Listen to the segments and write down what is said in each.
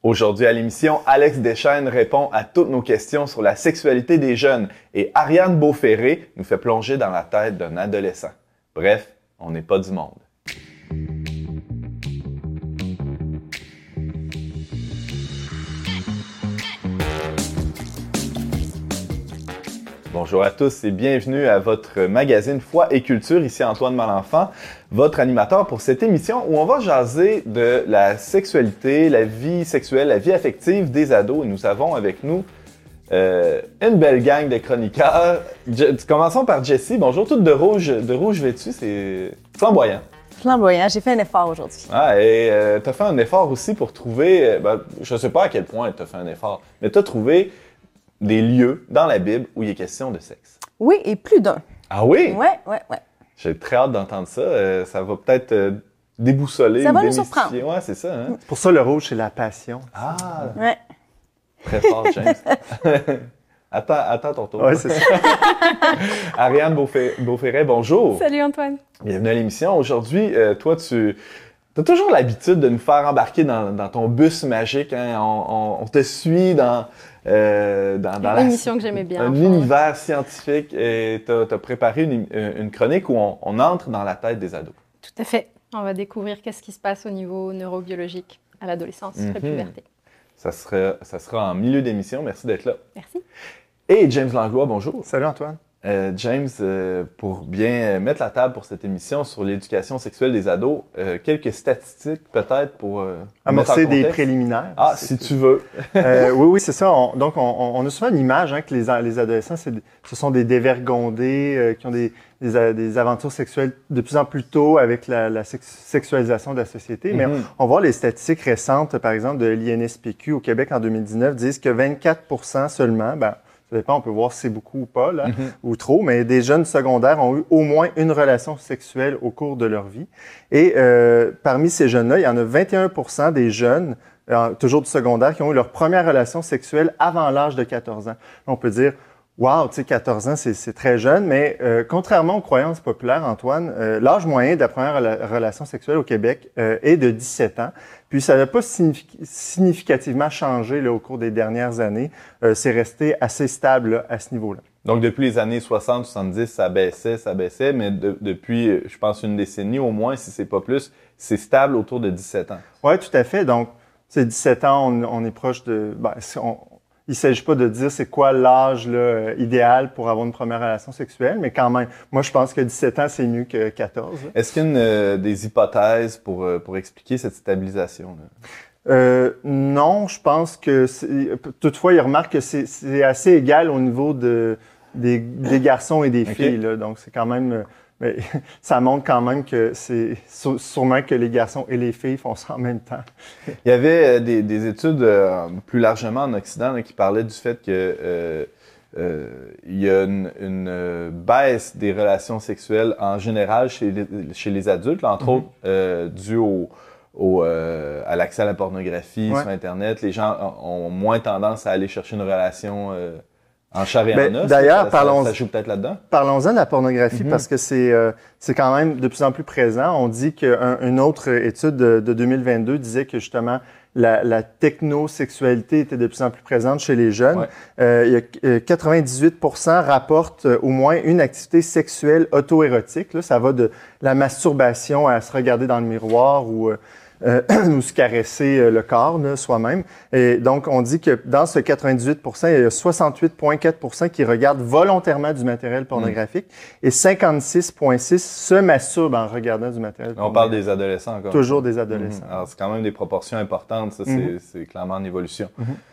Aujourd'hui à l'émission, Alex Deschênes répond à toutes nos questions sur la sexualité des jeunes et Ariane Beauferré nous fait plonger dans la tête d'un adolescent. Bref, on n'est pas du monde. Bonjour à tous et bienvenue à votre magazine Foi et Culture. Ici Antoine Malenfant, votre animateur pour cette émission où on va jaser de la sexualité, la vie sexuelle, la vie affective des ados. Et nous avons avec nous une belle gang de chroniqueurs. Commençons par Jessie. Bonjour, toute de rouge vêtue, c'est flamboyant. Flamboyant, j'ai fait un effort aujourd'hui. Ah, et t'as fait un effort aussi pour trouver, je sais pas à quel point t'as fait un effort, mais t'as trouvé des lieux dans la Bible où il est question de sexe. Oui, et plus d'un. Ah oui? Ouais. J'ai très hâte d'entendre ça. Ça va peut-être déboussoler. Ça va nous surprendre. Ouais, c'est ça. Hein? Pour ça, le rouge, c'est la passion. Ah! Ouais. Très fort, James. Attends ton tour. Oui, c'est ça. Ariane Beauferré, bonjour. Salut Antoine. Bienvenue à l'émission. Aujourd'hui, toi, tu as toujours l'habitude de nous faire embarquer dans ton bus magique. Hein? On te suit dans une émission que j'aimais bien. Un univers scientifique et tu as préparé une chronique où on entre dans la tête des ados. Tout à fait. On va découvrir qu'est-ce qui se passe au niveau neurobiologique à l'adolescence, la puberté. Ça sera en milieu d'émission. Merci d'être là. Merci. Et James Langlois, bonjour. Salut Antoine. James, pour bien mettre la table pour cette émission sur l'éducation sexuelle des ados, quelques statistiques peut-être pour amorcer des préliminaires. Ah, si tu veux. Oui, c'est ça. Donc, on a souvent l'image que les adolescents, ce sont des dévergondés qui ont des aventures sexuelles de plus en plus tôt avec la sexualisation de la société. Mais on voit les statistiques récentes, par exemple, de l'INSPQ au Québec en 2019, disent que 24% seulement, ça dépend, on peut voir si c'est beaucoup ou pas, là, ou trop, mais des jeunes secondaires ont eu au moins une relation sexuelle au cours de leur vie. Et parmi ces jeunes-là, il y en a 21% des jeunes, toujours du secondaire, qui ont eu leur première relation sexuelle avant l'âge de 14 ans. On peut dire, wow, tu sais, 14 ans, c'est très jeune, mais contrairement aux croyances populaires, Antoine, l'âge moyen de la première relation sexuelle au Québec est de 17 ans. Puis ça n'a pas significativement changé là, au cours des dernières années. C'est resté assez stable là, à ce niveau-là. Donc depuis les années 60-70, ça baissait, mais depuis, je pense, une décennie au moins, si c'est pas plus, c'est stable autour de 17 ans. Oui, tout à fait. Donc, c'est 17 ans, on est proche de... il ne s'agit pas de dire c'est quoi l'âge là, idéal pour avoir une première relation sexuelle, mais quand même, moi je pense que 17 ans, c'est mieux que 14. Là. Est-ce qu'il y a des hypothèses pour expliquer cette stabilisation? Non, je pense que... Toutefois, il remarque que c'est assez égal au niveau des garçons et des filles. Là, donc, c'est quand même... Mais ça montre quand même que c'est sûrement que les garçons et les filles font ça en même temps. Il y avait des études plus largement en Occident là, qui parlaient du fait que il y a une baisse des relations sexuelles en général chez les adultes, là, entre autres dû à l'accès à la pornographie sur Internet. Les gens ont moins tendance à aller chercher une relation en chair et en os. D'ailleurs, ça joue peut-être là-dedans. Parlons-en de la pornographie parce que c'est quand même de plus en plus présent. On dit qu'une autre étude de 2022 disait que justement la technosexualité était de plus en plus présente chez les jeunes. Il y a 98% rapportent au moins une activité sexuelle auto-érotique. Là, ça va de la masturbation à se regarder dans le miroir ou se caresser le corps soi-même. Et donc, on dit que dans ce 98%, il y a 68,4% qui regardent volontairement du matériel pornographique et 56,6% se masturbent en regardant du matériel pornographique. On parle des adolescents encore. Toujours des adolescents. Alors, c'est quand même des proportions importantes. Ça, c'est clairement en évolution.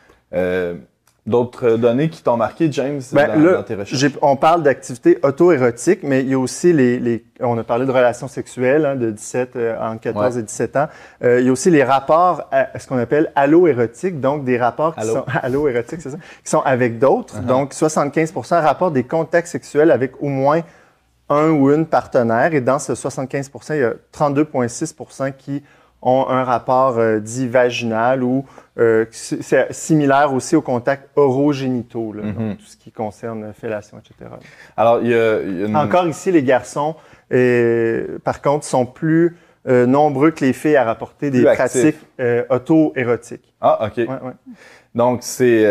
D'autres données qui t'ont marqué, James, dans tes recherches? On parle d'activités auto-érotiques, mais il y a aussi on a parlé de relations sexuelles de 17, entre 14 et 17 ans. Il y a aussi les rapports, ce qu'on appelle allo-érotiques, donc des rapports qui sont allo-érotiques, c'est ça, qui sont avec d'autres. Donc, 75% rapportent des contacts sexuels avec au moins un ou une partenaire. Et dans ce 75%, il y a 32,6% qui ont un rapport dit vaginal ou c'est similaire aussi aux contacts orogénitaux, là, donc tout ce qui concerne fellation, etc. Alors, il y a Encore ici, les garçons, par contre, sont plus nombreux que les filles à rapporter des Plus pratiques auto-érotiques. Ah, OK. Ouais, ouais. Donc,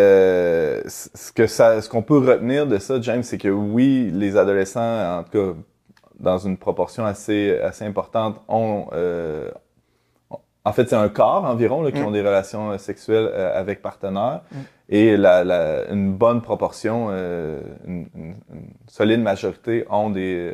ce qu'on peut retenir de ça, James, c'est que oui, les adolescents, en tout cas, dans une proportion assez importante, en fait, c'est un quart environ là, qui ont des relations sexuelles avec partenaires. Et une bonne proportion, une solide majorité ont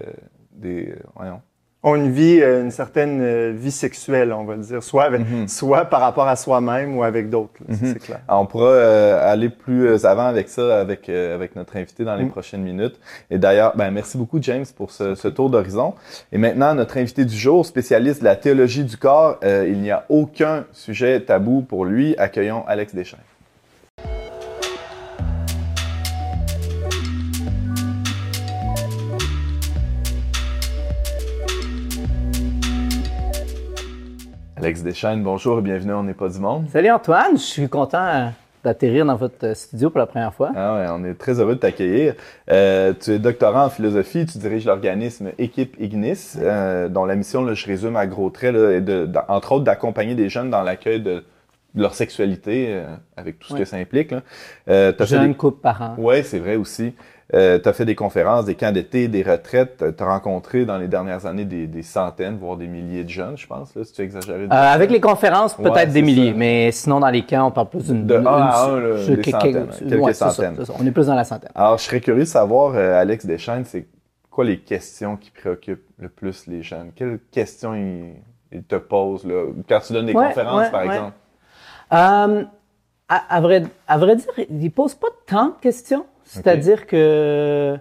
Ont une certaine vie sexuelle, on va dire, soit par rapport à soi-même ou avec d'autres, là, ça, c'est clair. Alors, on pourra aller plus avant avec ça, avec notre invité dans les prochaines minutes. Et d'ailleurs, merci beaucoup, James, pour ce tour d'horizon. Et maintenant, notre invité du jour, spécialiste de la théologie du corps, il n'y a aucun sujet tabou pour lui. Accueillons Alex Deschaines. Alex Deschaines, bonjour et bienvenue à On n'est pas du monde. Salut Antoine, je suis content d'atterrir dans votre studio pour la première fois. Ah ouais, on est très heureux de t'accueillir. Tu es doctorant en philosophie, tu diriges l'organisme Équipe Ignis, dont la mission, là, je résume à gros traits, là, est entre autres d'accompagner des jeunes dans l'accueil de leur sexualité, avec tout ce que ça implique. Jeunes, couples, parents. Oui, c'est vrai aussi. Tu as fait des conférences, des camps d'été, des retraites. Tu as rencontré dans les dernières années des centaines, voire des milliers de jeunes, je pense, là, si tu exagères. Avec les conférences, peut-être des milliers, ça. Mais sinon, dans les camps, on parle plus d'une... De 1 à 1, des centaines, quelques centaines. C'est ça. On est plus dans la centaine. Alors, je serais curieux de savoir, Alex Deschaines, c'est quoi les questions qui préoccupent le plus les jeunes? Quelles questions ils te posent là, quand tu donnes des conférences, par exemple? À vrai dire, ils ne posent pas tant de questions. C'est-à-dire que,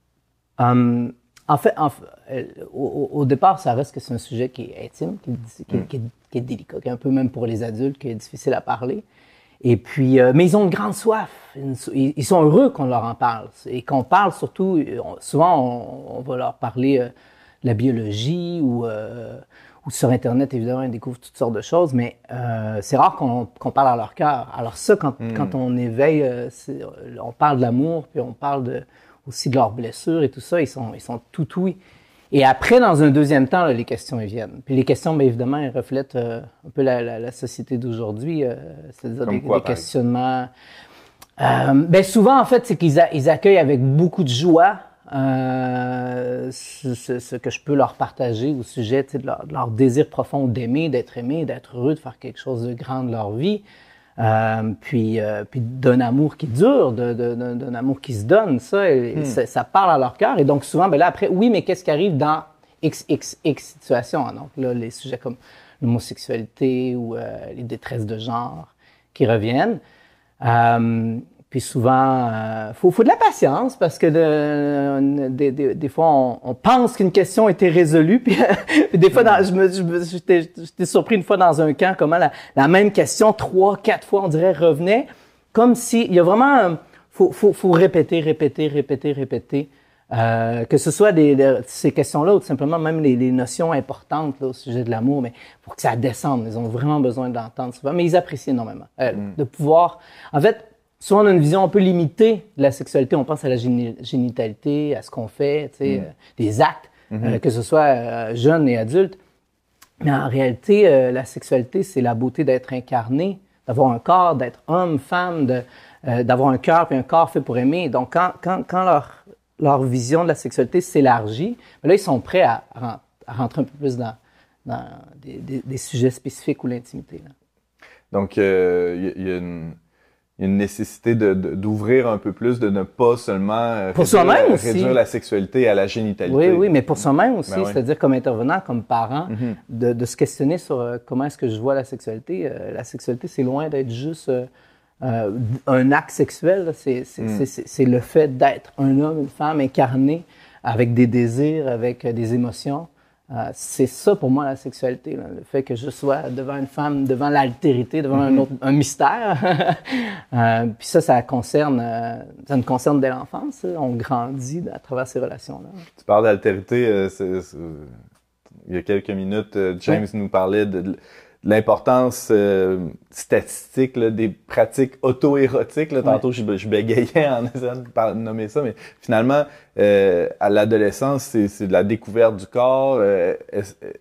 en fait, au départ, ça reste que c'est un sujet qui est intime, qui est délicat, qui est un peu même pour les adultes, qui est difficile à parler. Et puis, mais ils ont une grande soif. Ils sont heureux qu'on leur en parle. Et qu'on parle surtout, souvent, on va leur parler de la biologie ou sur Internet, évidemment, ils découvrent toutes sortes de choses, mais c'est rare qu'on parle à leur cœur. Alors ça, quand on éveille, on parle de l'amour, puis on parle aussi de leurs blessures et tout ça, ils sont tout oui. Et après, dans un deuxième temps, là, les questions ils viennent. Puis les questions, bien évidemment, elles reflètent un peu la société d'aujourd'hui, c'est-à-dire des questionnements. Souvent, en fait, c'est qu'ils accueillent avec beaucoup de joie ce que je peux leur partager au sujet de leur désir profond d'aimer, d'être aimé, d'être heureux, de faire quelque chose de grand de leur vie, puis d'un amour qui dure, d'un amour qui se donne, ça parle à leur cœur. Et donc souvent, là après, oui, mais qu'est-ce qui arrive dans X situations? Donc là, les sujets comme l'homosexualité ou les détresses de genre qui reviennent. Puis souvent, faut de la patience parce que des fois, on pense qu'une question a été résolue. Puis des fois, j'étais surpris une fois dans un camp comment la même question 3-4 fois, on dirait, revenait. Comme si, il y a vraiment, faut répéter. Que ce soit ces questions-là ou tout simplement même les notions importantes là, au sujet de l'amour, mais pour que ça descende. Ils ont vraiment besoin d'entendre souvent. Mais ils apprécient énormément de pouvoir, en fait, souvent, on a une vision un peu limitée de la sexualité. On pense à la génitalité, à ce qu'on fait, des actes, que ce soit jeunes et adultes. Mais en réalité, la sexualité, c'est la beauté d'être incarné, d'avoir un corps, d'être homme, femme, d'avoir un cœur puis un corps fait pour aimer. Donc, quand leur vision de la sexualité s'élargit, là, ils sont prêts à rentrer un peu plus dans des sujets spécifiques ou l'intimité. Là. Donc, il y a une nécessité d'ouvrir un peu plus, de ne pas seulement réduire la sexualité à la génitalité. Oui, mais pour soi-même aussi, c'est-à-dire comme intervenant, comme parent, de se questionner sur comment est-ce que je vois la sexualité. La sexualité, c'est loin d'être juste un acte sexuel. C'est le fait d'être un homme, une femme incarné avec des désirs, avec des émotions. C'est ça pour moi la sexualité, là. Le fait que je sois devant une femme, devant l'altérité, devant un mystère. Puis ça nous concerne dès l'enfance. On grandit à travers ces relations-là. Tu parles d'altérité. Il y a quelques minutes, James nous parlait de l'importance statistique là, des pratiques auto-érotiques. Là. Tantôt, je bégayais en essayant de nommer ça, mais finalement, à l'adolescence, c'est de la découverte du corps.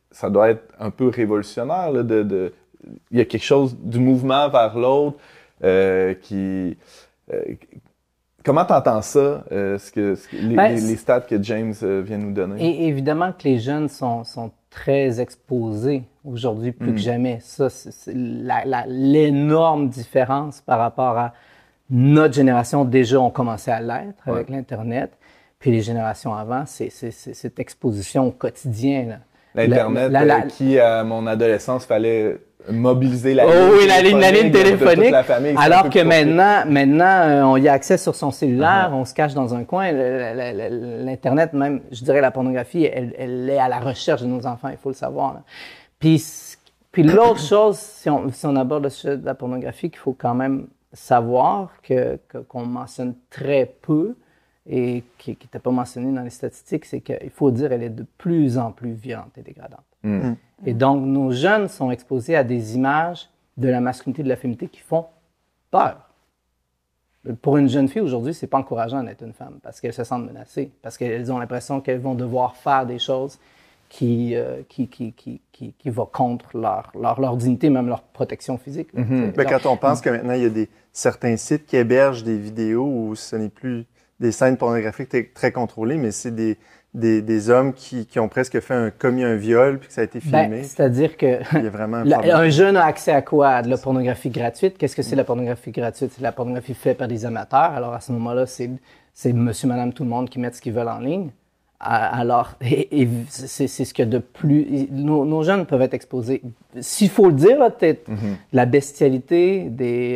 ça doit être un peu révolutionnaire, là, il y a quelque chose du mouvement vers l'autre qui... comment t'entends ça, les stats que James vient nous donner? Et évidemment que les jeunes sont très exposés aujourd'hui, plus que jamais. Ça, c'est l'énorme différence par rapport à notre génération. Déjà, on commençait à l'être avec l'Internet. Puis les générations avant, c'est cette exposition au quotidien. L'Internet qui, à mon adolescence, fallait mobiliser la ligne téléphonique. La famille, alors que maintenant, on y a accès sur son cellulaire, on se cache dans un coin. L'Internet, même, je dirais la pornographie, elle est à la recherche de nos enfants, il faut le savoir. Là. Puis l'autre chose, si on aborde le sujet de la pornographie, qu'il faut quand même savoir qu'on mentionne très peu et qui n'était pas mentionné dans les statistiques, c'est qu'il faut dire qu'elle est de plus en plus violente et dégradante. Et donc, nos jeunes sont exposés à des images de la masculinité et de la féminité qui font peur. Pour une jeune fille, aujourd'hui, c'est pas encourageant d'être une femme parce qu'elles se sentent menacées, parce qu'elles ont l'impression qu'elles vont devoir faire des choses qui vont contre leur dignité, même leur protection physique. Quand on pense que maintenant, il y a certains sites qui hébergent des vidéos où ce n'est plus des scènes pornographiques très contrôlées, mais c'est des hommes qui ont presque commis un viol puis que ça a été filmé. C'est-à-dire que il y a vraiment un jeune a accès à quoi? À de la pornographie gratuite. Qu'est-ce que c'est la pornographie gratuite? C'est de la pornographie faite par des amateurs. Alors à ce moment-là, c'est monsieur, madame, tout le monde qui mettent ce qu'ils veulent en ligne. Alors, et c'est ce que de plus... Nos jeunes peuvent être exposés. S'il faut le dire, là, peut-être la bestialité,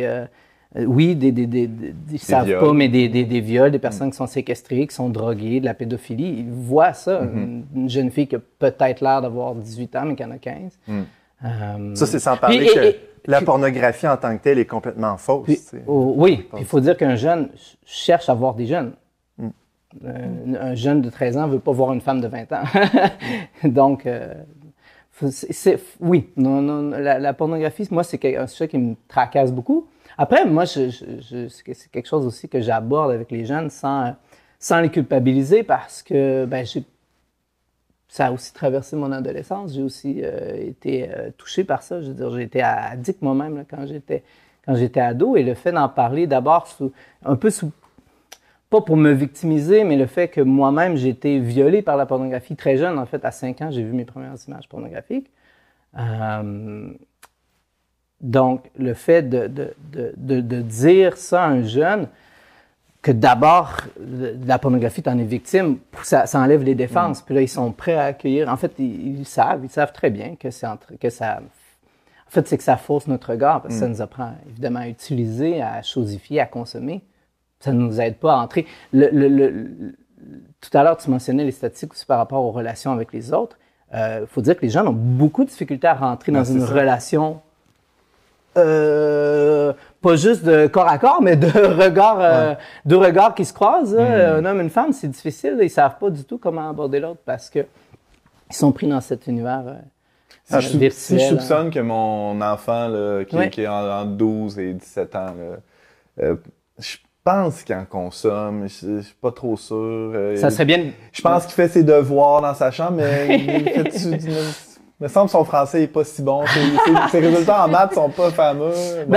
ils savent viols. Pas, mais des viols, des personnes qui sont séquestrées, qui sont droguées, de la pédophilie. Ils voient ça. Une jeune fille qui a peut-être l'air d'avoir 18 ans, mais qui en a 15. Ça, c'est sans parler que la pornographie en tant que telle est complètement fausse. Oui, il faut dire qu'un jeune cherche à voir des jeunes. Un jeune de 13 ans ne veut pas voir une femme de 20 ans. Donc, la pornographie, moi, c'est un sujet qui me tracasse beaucoup. Après, moi, c'est quelque chose aussi que j'aborde avec les jeunes sans les culpabiliser parce que ça a aussi traversé mon adolescence. J'ai aussi été touché par ça. Je veux dire, j'ai été addict moi-même là, quand j'étais ado. Et le fait d'en parler d'abord pas pour me victimiser, mais le fait que moi-même, j'ai été violé par la pornographie très jeune. En fait, à 5 ans, j'ai vu mes premières images pornographiques. Donc, le fait de dire ça à un jeune, que d'abord, la pornographie, t'en es victime, ça enlève les défenses. Puis là, ils sont prêts à accueillir. En fait, ils savent très bien que ça... En fait, c'est que ça fausse notre regard, parce que ça nous apprend évidemment à utiliser, à chosifier, à consommer. Ça ne nous aide pas à entrer. Tout à l'heure, tu mentionnais les statistiques aussi par rapport aux relations avec les autres. Faut dire que les gens ont beaucoup de difficultés à rentrer dans une relation, pas juste de corps à corps, mais de regards qui se croisent. Un homme et une femme, c'est difficile. Ils savent pas du tout comment aborder l'autre parce que ils sont pris dans cet univers virtuel. Si je soupçonne que mon enfant, là, qui est entre 12 et 17 ans, je pense qu'il en consomme, je suis pas trop sûr. Ça serait bien. Je pense qu'il fait ses devoirs dans sa chambre, mais il me semble que son français n'est pas si bon. Ses résultats en maths sont pas fameux.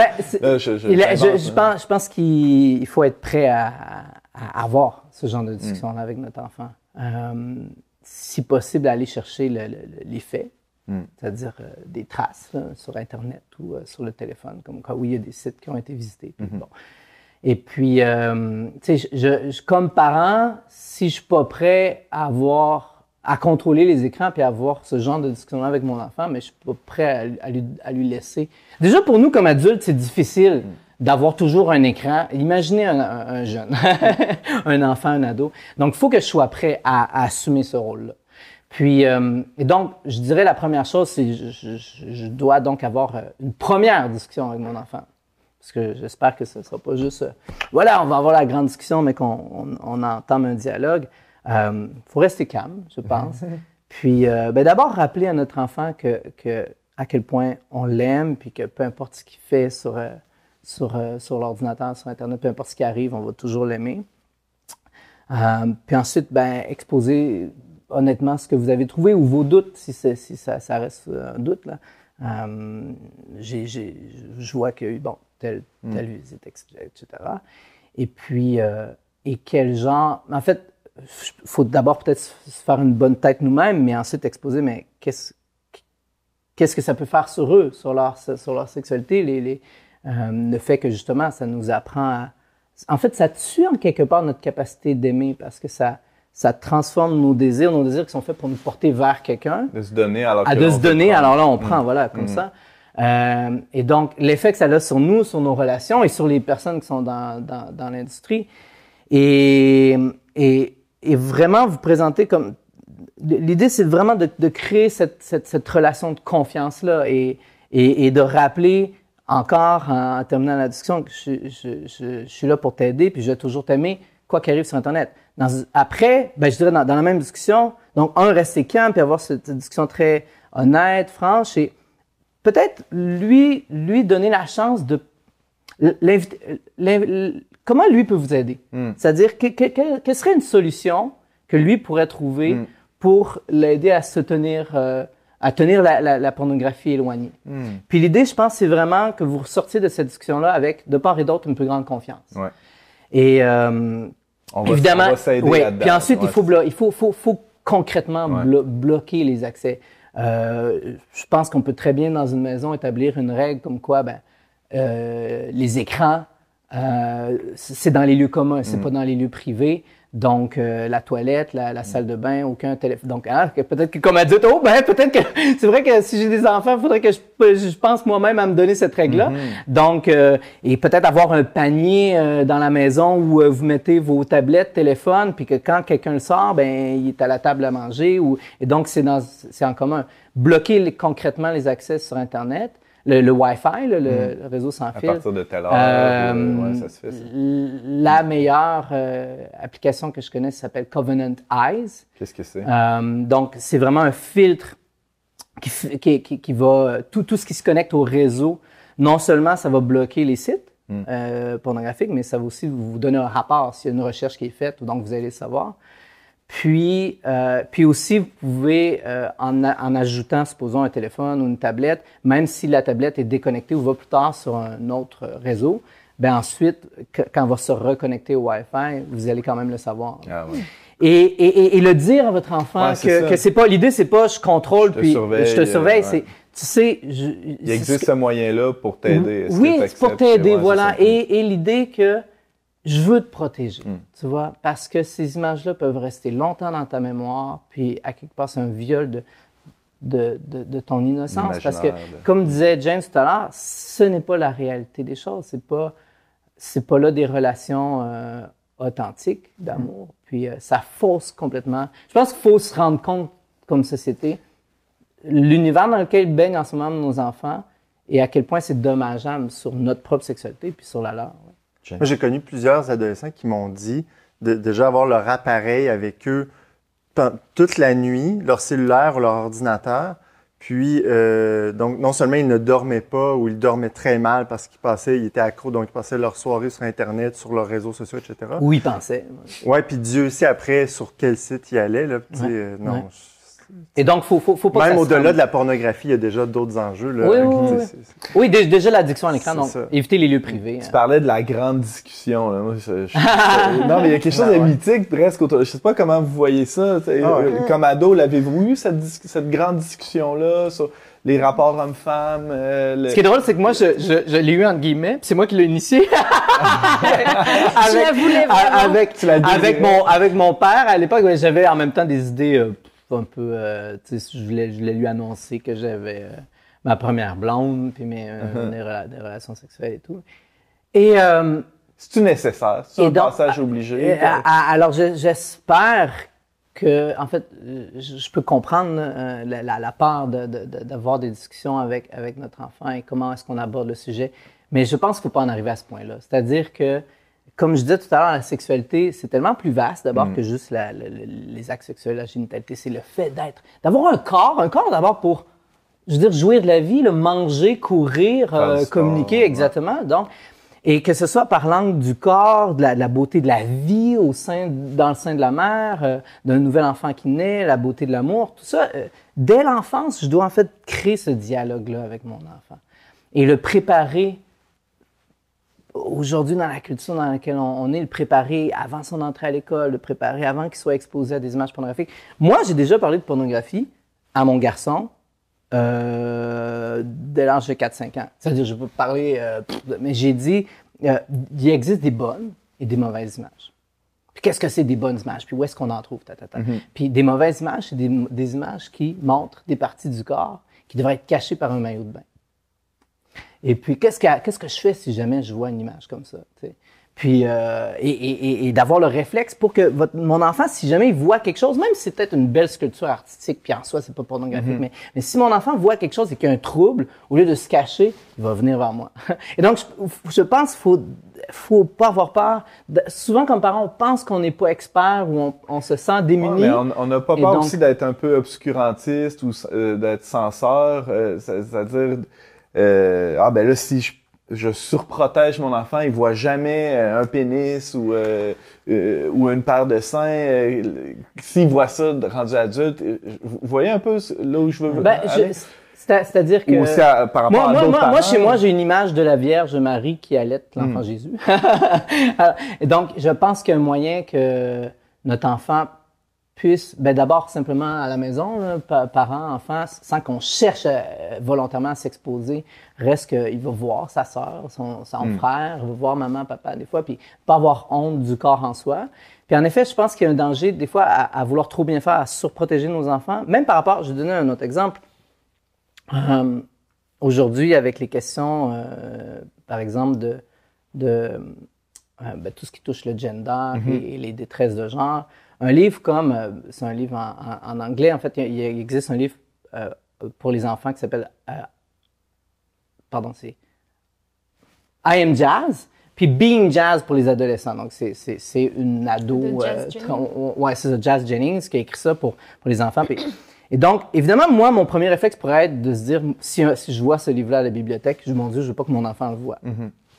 Je pense qu'il faut être prêt à avoir ce genre de discussion-là avec notre enfant. Si possible, aller chercher les faits, c'est-à-dire des traces là, sur Internet ou sur le téléphone, comme quoi, oui, il y a des sites qui ont été visités. Puis, bon. Et puis, tu sais, comme parent, si je suis pas prêt à contrôler les écrans puis à avoir ce genre de discussion-là avec mon enfant, mais je suis pas prêt à lui laisser. Déjà, pour nous, comme adultes, c'est difficile d'avoir toujours un écran. Imaginez un jeune, un enfant, un ado. Donc, il faut que je sois prêt à assumer ce rôle-là. Puis, et donc, je dirais la première chose, c'est je dois donc avoir une première discussion avec mon enfant. Parce que j'espère que ce ne sera pas juste, voilà, on va avoir la grande discussion, mais qu'on entame un dialogue. Faut rester calme, je pense. Puis, d'abord, rappeler à notre enfant à quel point on l'aime, puis que peu importe ce qu'il fait sur l'ordinateur, sur Internet, peu importe ce qui arrive, on va toujours l'aimer. Puis ensuite, exposer honnêtement ce que vous avez trouvé ou vos doutes, si ça reste un doute, là. Je vois qu'il y a eu, bon, telle visite, etc. Et puis, et quel genre... En fait, il faut d'abord peut-être se faire une bonne tête nous-mêmes, mais ensuite exposer, mais qu'est-ce que ça peut faire sur eux, sur leur sexualité, le fait que justement, ça nous apprend à... En fait, ça tue en quelque part notre capacité d'aimer parce que ça transforme nos désirs qui sont faits pour nous porter vers quelqu'un. De se donner alors que de se donner, alors là, on prend, voilà, comme ça. Et donc, l'effet que ça a sur nous, sur nos relations et sur les personnes qui sont dans l'industrie. Et vraiment vous présenter comme... L'idée, c'est vraiment de créer cette relation de confiance-là et de rappeler encore, en terminant la discussion, que je suis là pour t'aider puis je vais toujours t'aimer, quoi qu'il arrive sur Internet. Après, ben, je dirais dans la même discussion, donc rester calme puis avoir cette discussion très honnête, franche et peut-être lui donner la chance de l'inviter. Comment lui peut vous aider? C'est-à-dire, quelle serait une solution que lui pourrait trouver pour l'aider à se tenir, à tenir la pornographie éloignée? Puis l'idée, je pense, c'est vraiment que vous ressortiez de cette discussion-là avec, de part et d'autre, une plus grande confiance. Ouais. Et évidemment, on va s'aider là-dedans. Puis ensuite, il faut concrètement bloquer les accès. Je pense qu'on peut très bien, dans une maison, établir une règle comme quoi, les écrans, c'est dans les lieux communs, c'est pas dans les lieux privés. Donc, la toilette, la salle de bain, aucun téléphone. Donc, peut-être que, comme adulte, peut-être que c'est vrai que si j'ai des enfants, il faudrait que je pense moi-même à me donner cette règle-là. Donc, et peut-être avoir un panier dans la maison où vous mettez vos tablettes, téléphones, puis que quand quelqu'un le sort, il est à la table à manger. Et donc, c'est en commun. Bloquer concrètement les accès sur Internet. Le Wi-Fi, le réseau sans fil. À partir de telle heure, ça se fait. Ça. La meilleure application que je connais s'appelle Covenant Eyes. Qu'est-ce que c'est? Donc, c'est vraiment un filtre qui va... Tout ce qui se connecte au réseau, non seulement ça va bloquer les sites pornographiques, mais ça va aussi vous donner un rapport s'il y a une recherche qui est faite, donc vous allez le savoir. Puis aussi, vous pouvez, en ajoutant, supposons, un téléphone ou une tablette, même si la tablette est déconnectée ou va plus tard sur un autre réseau, ensuite, quand on va se reconnecter au Wi-Fi, vous allez quand même le savoir. Ah, ouais. Et le dire à votre enfant que c'est pas, l'idée, c'est pas je contrôle puis je te surveille, c'est, tu sais... Il existe ce moyen-là pour t'aider. Oui, c'est pour t'aider, voilà. Et l'idée que je veux te protéger, tu vois, parce que ces images-là peuvent rester longtemps dans ta mémoire, puis à quelque part, c'est un viol de ton innocence. Parce que, comme disait James tout à l'heure, ce n'est pas la réalité des choses. C'est pas là des relations authentiques d'amour. Puis ça fausse complètement. Je pense qu'il faut se rendre compte, comme société, l'univers dans lequel baignent en ce moment nos enfants et à quel point c'est dommageable sur notre propre sexualité puis sur la leur. Ouais. Moi, j'ai connu plusieurs adolescents qui m'ont dit de déjà avoir leur appareil avec eux toute la nuit, leur cellulaire ou leur ordinateur. Puis, donc, non seulement ils ne dormaient pas ou ils dormaient très mal parce ils étaient accros, donc ils passaient leur soirée sur Internet, sur leurs réseaux sociaux, etc. Où ils pensaient. Oui, puis Dieu sait après sur quel site ils allaient. Là, non. Ouais. Et donc, faut pas même au-delà de la pornographie, il y a déjà d'autres enjeux. Là, oui, déjà l'addiction à l'écran, donc éviter les lieux privés. Tu parlais de la grande discussion. Là. Moi, non, mais il y a quelque chose de mythique presque. Je sais pas comment vous voyez ça. Comme ado, l'avez-vous eu cette grande discussion-là sur les rapports hommes-femmes? Ce qui est drôle, c'est que moi, je l'ai eu entre guillemets, puis c'est moi qui l'ai initié. avec mon père, à l'époque, j'avais en même temps des idées... un peu, je voulais lui annoncer que j'avais ma première blonde, puis des relations sexuelles et tout. Et c'est-tu nécessaire? C'est un passage obligé? Alors, j'espère que, en fait, je peux comprendre la peur d'avoir des discussions avec notre enfant et comment est-ce qu'on aborde le sujet, mais je pense qu'il ne faut pas en arriver à ce point-là. C'est-à-dire que comme je disais tout à l'heure, la sexualité, c'est tellement plus vaste d'abord que juste les actes sexuels, la génitalité. C'est le fait d'avoir un corps d'abord pour, je veux dire, jouir de la vie, manger, courir, communiquer, exactement. Donc, Et que ce soit par l'angle du corps, de la beauté de la vie dans le sein de la mère, d'un nouvel enfant qui naît, la beauté de l'amour, tout ça, dès l'enfance, je dois en fait créer ce dialogue-là avec mon enfant. Et le préparer, aujourd'hui dans la culture dans laquelle on est, le préparer avant son entrée à l'école, le préparer avant qu'il soit exposé à des images pornographiques. Moi, j'ai déjà parlé de pornographie à mon garçon, dès l'âge de 4-5 ans. C'est-à-dire, je peux parler, mais j'ai dit, il existe des bonnes et des mauvaises images. Puis qu'est-ce que c'est des bonnes images? Puis où est-ce qu'on en trouve? Puis des mauvaises images, c'est des images qui montrent des parties du corps qui devraient être cachées par un maillot de bain. Et puis, qu'est-ce que je fais si jamais je vois une image comme ça? T'sais? Puis, et d'avoir le réflexe pour que mon enfant, si jamais il voit quelque chose, même si c'est peut-être une belle sculpture artistique, puis en soi, c'est pas pornographique, mais si mon enfant voit quelque chose et qu'il y a un trouble, au lieu de se cacher, il va venir vers moi. Et donc, je pense qu'il faut pas avoir peur. Souvent, comme parents, on pense qu'on n'est pas expert ou on se sent démuni. Ouais, mais on n'a pas peur aussi d'être un peu obscurantiste ou d'être censeur. C'est-à-dire, ben là, si je surprotège mon enfant, il voit jamais un pénis ou une paire de seins. S'il voit ça rendu adulte, vous voyez un peu là où je veux aller? C'est-à-dire que... Ou aussi par rapport à d'autres parents. Moi, chez moi, j'ai une image de la Vierge Marie qui allaite l'enfant Jésus. Et donc, je pense qu'il y a un moyen que notre enfant puisse, d'abord simplement à la maison, là, parents, enfants, sans qu'on cherche volontairement à s'exposer, reste qu'il va voir sa sœur, son frère, il va voir maman, papa des fois, puis pas avoir honte du corps en soi. Puis en effet, je pense qu'il y a un danger des fois à vouloir trop bien faire, à surprotéger nos enfants, même par rapport, je vais donner un autre exemple. Aujourd'hui, avec les questions, par exemple, de tout ce qui touche le gender et les détresses de genre, un livre comme, c'est un livre en anglais, en fait, il existe un livre pour les enfants qui s'appelle, c'est I Am Jazz, puis Being Jazz pour les adolescents. Donc, c'est une ado, c'est ça, Jazz Jennings qui a écrit ça pour les enfants. Et donc, évidemment, moi, mon premier réflexe pourrait être de se dire, si je vois ce livre-là à la bibliothèque, mon Dieu, je veux pas que mon enfant le voie.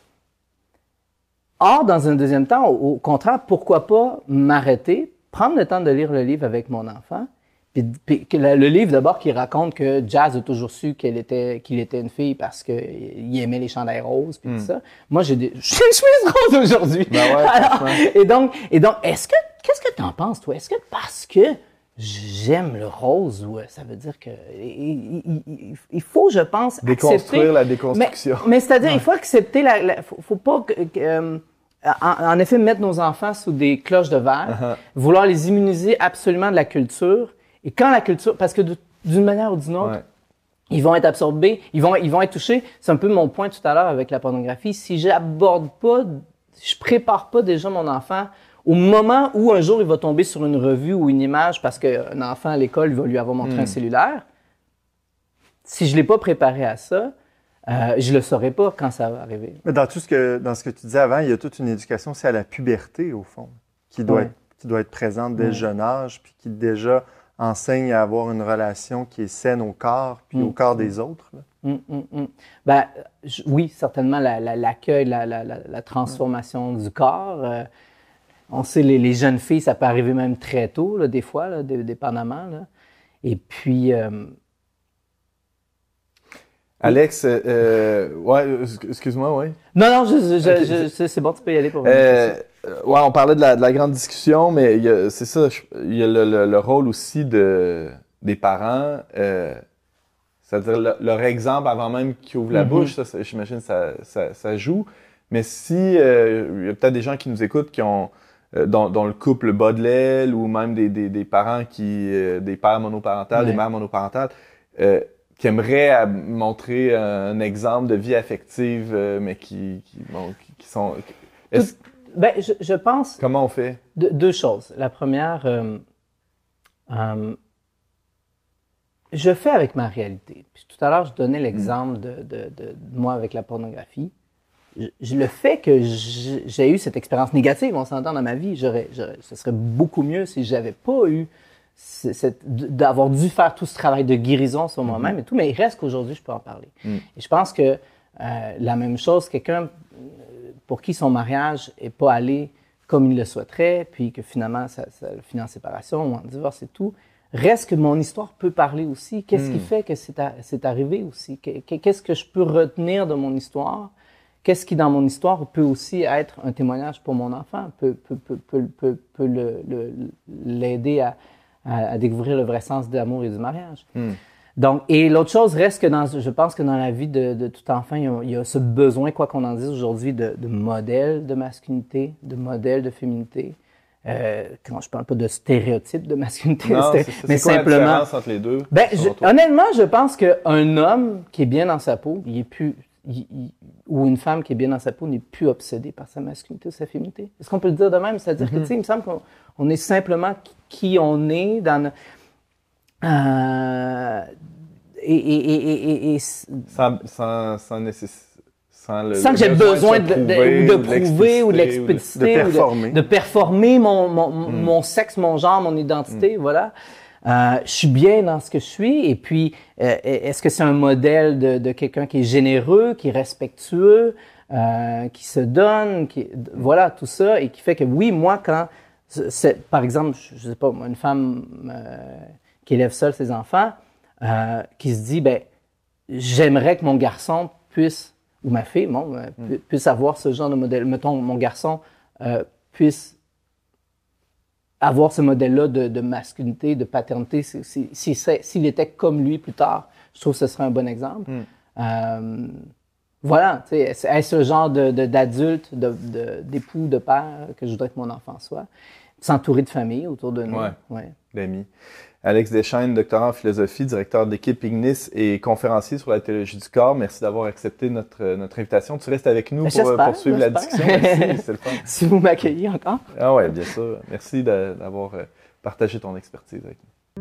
Or, dans un deuxième temps, au contraire, pourquoi pas m'arrêter, prendre le temps de lire le livre avec mon enfant, puis le livre d'abord qui raconte que Jazz a toujours su qu'il était une fille parce qu'il aimait les chandails roses puis tout ça. Moi, j'ai une chemise rose aujourd'hui. Ben ouais, alors, et donc, qu'est-ce que t'en penses toi? Est-ce que parce que j'aime le rose ou ça veut dire que il faut, je pense, déconstruire la déconstruction. Mais c'est-à-dire, il faut accepter faut pas en effet mettre nos enfants sous des cloches de verre, vouloir les immuniser absolument de la culture. Et quand la culture, parce que d'une manière ou d'une autre, ils vont être absorbés, ils vont être touchés. C'est un peu mon point tout à l'heure avec la pornographie. Si je prépare pas déjà mon enfant au moment où un jour il va tomber sur une revue ou une image parce qu'un enfant à l'école va lui avoir montré un cellulaire, si je l'ai pas préparé à ça, je le saurai pas quand ça va arriver. Mais dans ce que tu disais avant, il y a toute une éducation aussi à la puberté, au fond, qui doit être présente dès le jeune âge, puis qui déjà enseigne à avoir une relation qui est saine au corps, puis au corps des autres. Oui, certainement, l'accueil, la transformation du corps. On sait, les jeunes filles, ça peut arriver même très tôt, là, des fois, là, dépendamment. Là. Et puis... Alex, excuse-moi, oui. Non, c'est bon, tu peux y aller pour on parlait de la grande discussion, mais c'est ça, il y a le rôle aussi des parents, c'est-à-dire leur exemple avant même qu'ils ouvrent la bouche, ça, j'imagine ça joue. Mais si il y a peut-être des gens qui nous écoutent qui ont dont le couple bat de l'aile ou même des parents des pères monoparentales, des mères monoparentales, qui aimeraient montrer un exemple de vie affective, mais qui sont... je pense... Comment on fait? Deux choses. La première, je fais avec ma réalité. Puis tout à l'heure, je donnais l'exemple de moi avec la pornographie. Le fait que j'ai eu cette expérience négative, on s'entend dans ma vie, ce serait beaucoup mieux si j'avais pas eu d'avoir dû faire tout ce travail de guérison sur moi-même et tout, mais il reste qu'aujourd'hui, je peux en parler. Et je pense que la même chose, quelqu'un pour qui son mariage n'est pas allé comme il le souhaiterait, puis que finalement, ça le finit en séparation ou en divorce et tout, reste que mon histoire peut parler aussi. Qu'est-ce qui fait que c'est arrivé aussi? Qu'est-ce que je peux retenir de mon histoire? Qu'est-ce qui, dans mon histoire, peut aussi être un témoignage pour mon enfant, peut l'aider à découvrir le vrai sens de l'amour et du mariage. Donc, et l'autre chose reste que je pense que dans la vie de tout enfant, il y a ce besoin, quoi qu'on en dise aujourd'hui, de modèles de masculinité, de modèles de féminité. Quand je parle pas de stéréotypes de masculinité, Non, mais c'est quoi simplement. la différence entre les deux? Honnêtement, je pense qu'un homme qui est bien dans sa peau, ou une femme qui est bien dans sa peau n'est plus obsédée par sa masculinité ou sa féminité. Est-ce qu'on peut le dire de même? C'est-à-dire que, tu sais, il me semble qu'on est simplement qui on est dans... sans que j'ai besoin de prouver ou de l'expliciter, de performer mon sexe, mon genre, mon identité, voilà. Je suis bien dans ce que je suis, et puis est-ce que c'est un modèle de quelqu'un qui est généreux, qui est respectueux, qui se donne, voilà, tout ça, et qui fait que oui, moi, quand, par exemple, je sais pas, une femme qui élève seule ses enfants, qui se dit, ben, j'aimerais que mon garçon puisse, ou ma fille, puisse avoir ce genre de modèle. Mettons, mon garçon puisse avoir ce modèle-là de masculinité, de paternité, s'il était comme lui plus tard, je trouve que ce serait un bon exemple. Voilà, tu sais, est-ce le genre d'adulte, d'époux, de père que je voudrais que mon enfant soit? S'entourer de famille autour de nous. Ouais. D'amis. Alex Deschênes, doctorant en philosophie, directeur d'équipe Ignis et conférencier sur la théologie du corps. Merci d'avoir accepté notre invitation. Tu restes avec nous pour poursuivre la discussion. Merci, c'est le fun. Si vous m'accueillez encore. Ah ouais, bien sûr. Merci d'avoir partagé ton expertise avec nous.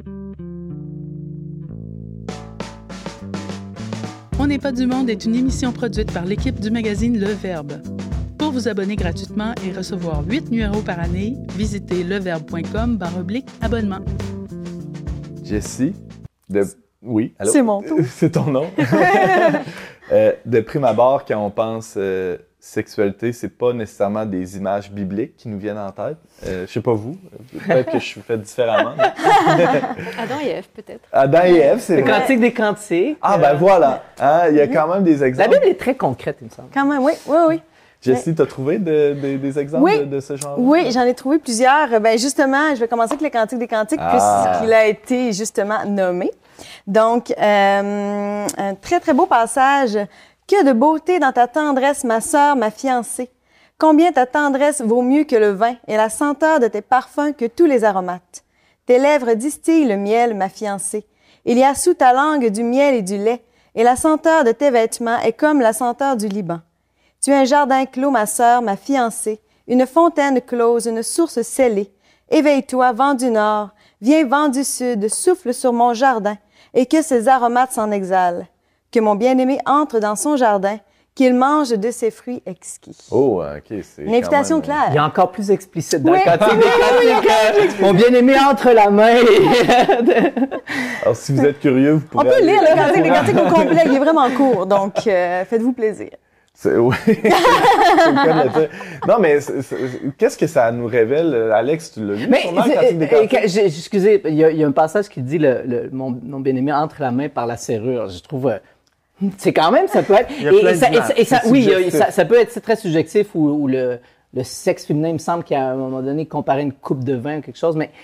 On n'est pas du monde est une émission produite par l'équipe du magazine Le Verbe. Pour vous abonner gratuitement et recevoir 8 numéros par année, visitez leverbe.com/abonnement. Jessie, oui, allô? C'est mon tour. C'est ton nom. De prime abord, quand on pense sexualité, c'est pas nécessairement des images bibliques qui nous viennent en tête. Je sais pas vous, peut-être que je suis fait différemment. Adam et Ève, peut-être. Adam et Ève, c'est Le vrai. Cantique des Cantiques. Ah ben voilà, hein, il y a quand même des La exemples. Bible est très concrète, il me semble. Quand même, oui. Jessie, t'as trouvé des exemples de ce genre? Oui, j'en ai trouvé plusieurs. Ben justement, je vais commencer avec le Cantique des Cantiques, puisqu'il a été justement nommé. Donc, un très, très beau passage. « Que de beauté dans ta tendresse, ma sœur, ma fiancée! Combien ta tendresse vaut mieux que le vin, et la senteur de tes parfums que tous les aromates! Tes lèvres distillent le miel, ma fiancée. Il y a sous ta langue du miel et du lait, et la senteur de tes vêtements est comme la senteur du Liban. Tu es un jardin clos, ma sœur, ma fiancée, une fontaine close, une source scellée. Éveille-toi, vent du nord, viens, vent du sud, souffle sur mon jardin, et que ses aromates s'en exhalent. Que mon bien-aimé entre dans son jardin, qu'il mange de ses fruits exquis. » Oh, OK, c'est Une invitation quand même, claire. Il y a encore plus explicite dans Oui. le Cantique des Cantiques. Mon bien-aimé entre la main. Alors, si vous êtes curieux, vous On pourrez... peut lire le Cantique des Cantiques au complet, il est vraiment court, donc faites-vous plaisir. Oui, c'est le cas de le dire. Non, mais qu'est-ce que ça nous révèle? Alex, tu l'as lu? Mais, sûrement, le Cantique des Cantiques? excusez, il y a un passage qui dit mon bien-aimé entre la main par la serrure. Je trouve, c'est quand même, ça peut être. Il y a plein d'images. Oui, ça peut être très subjectif ou le sexe féminin, il me semble qu'à un moment donné, comparer une coupe de vin ou quelque chose, mais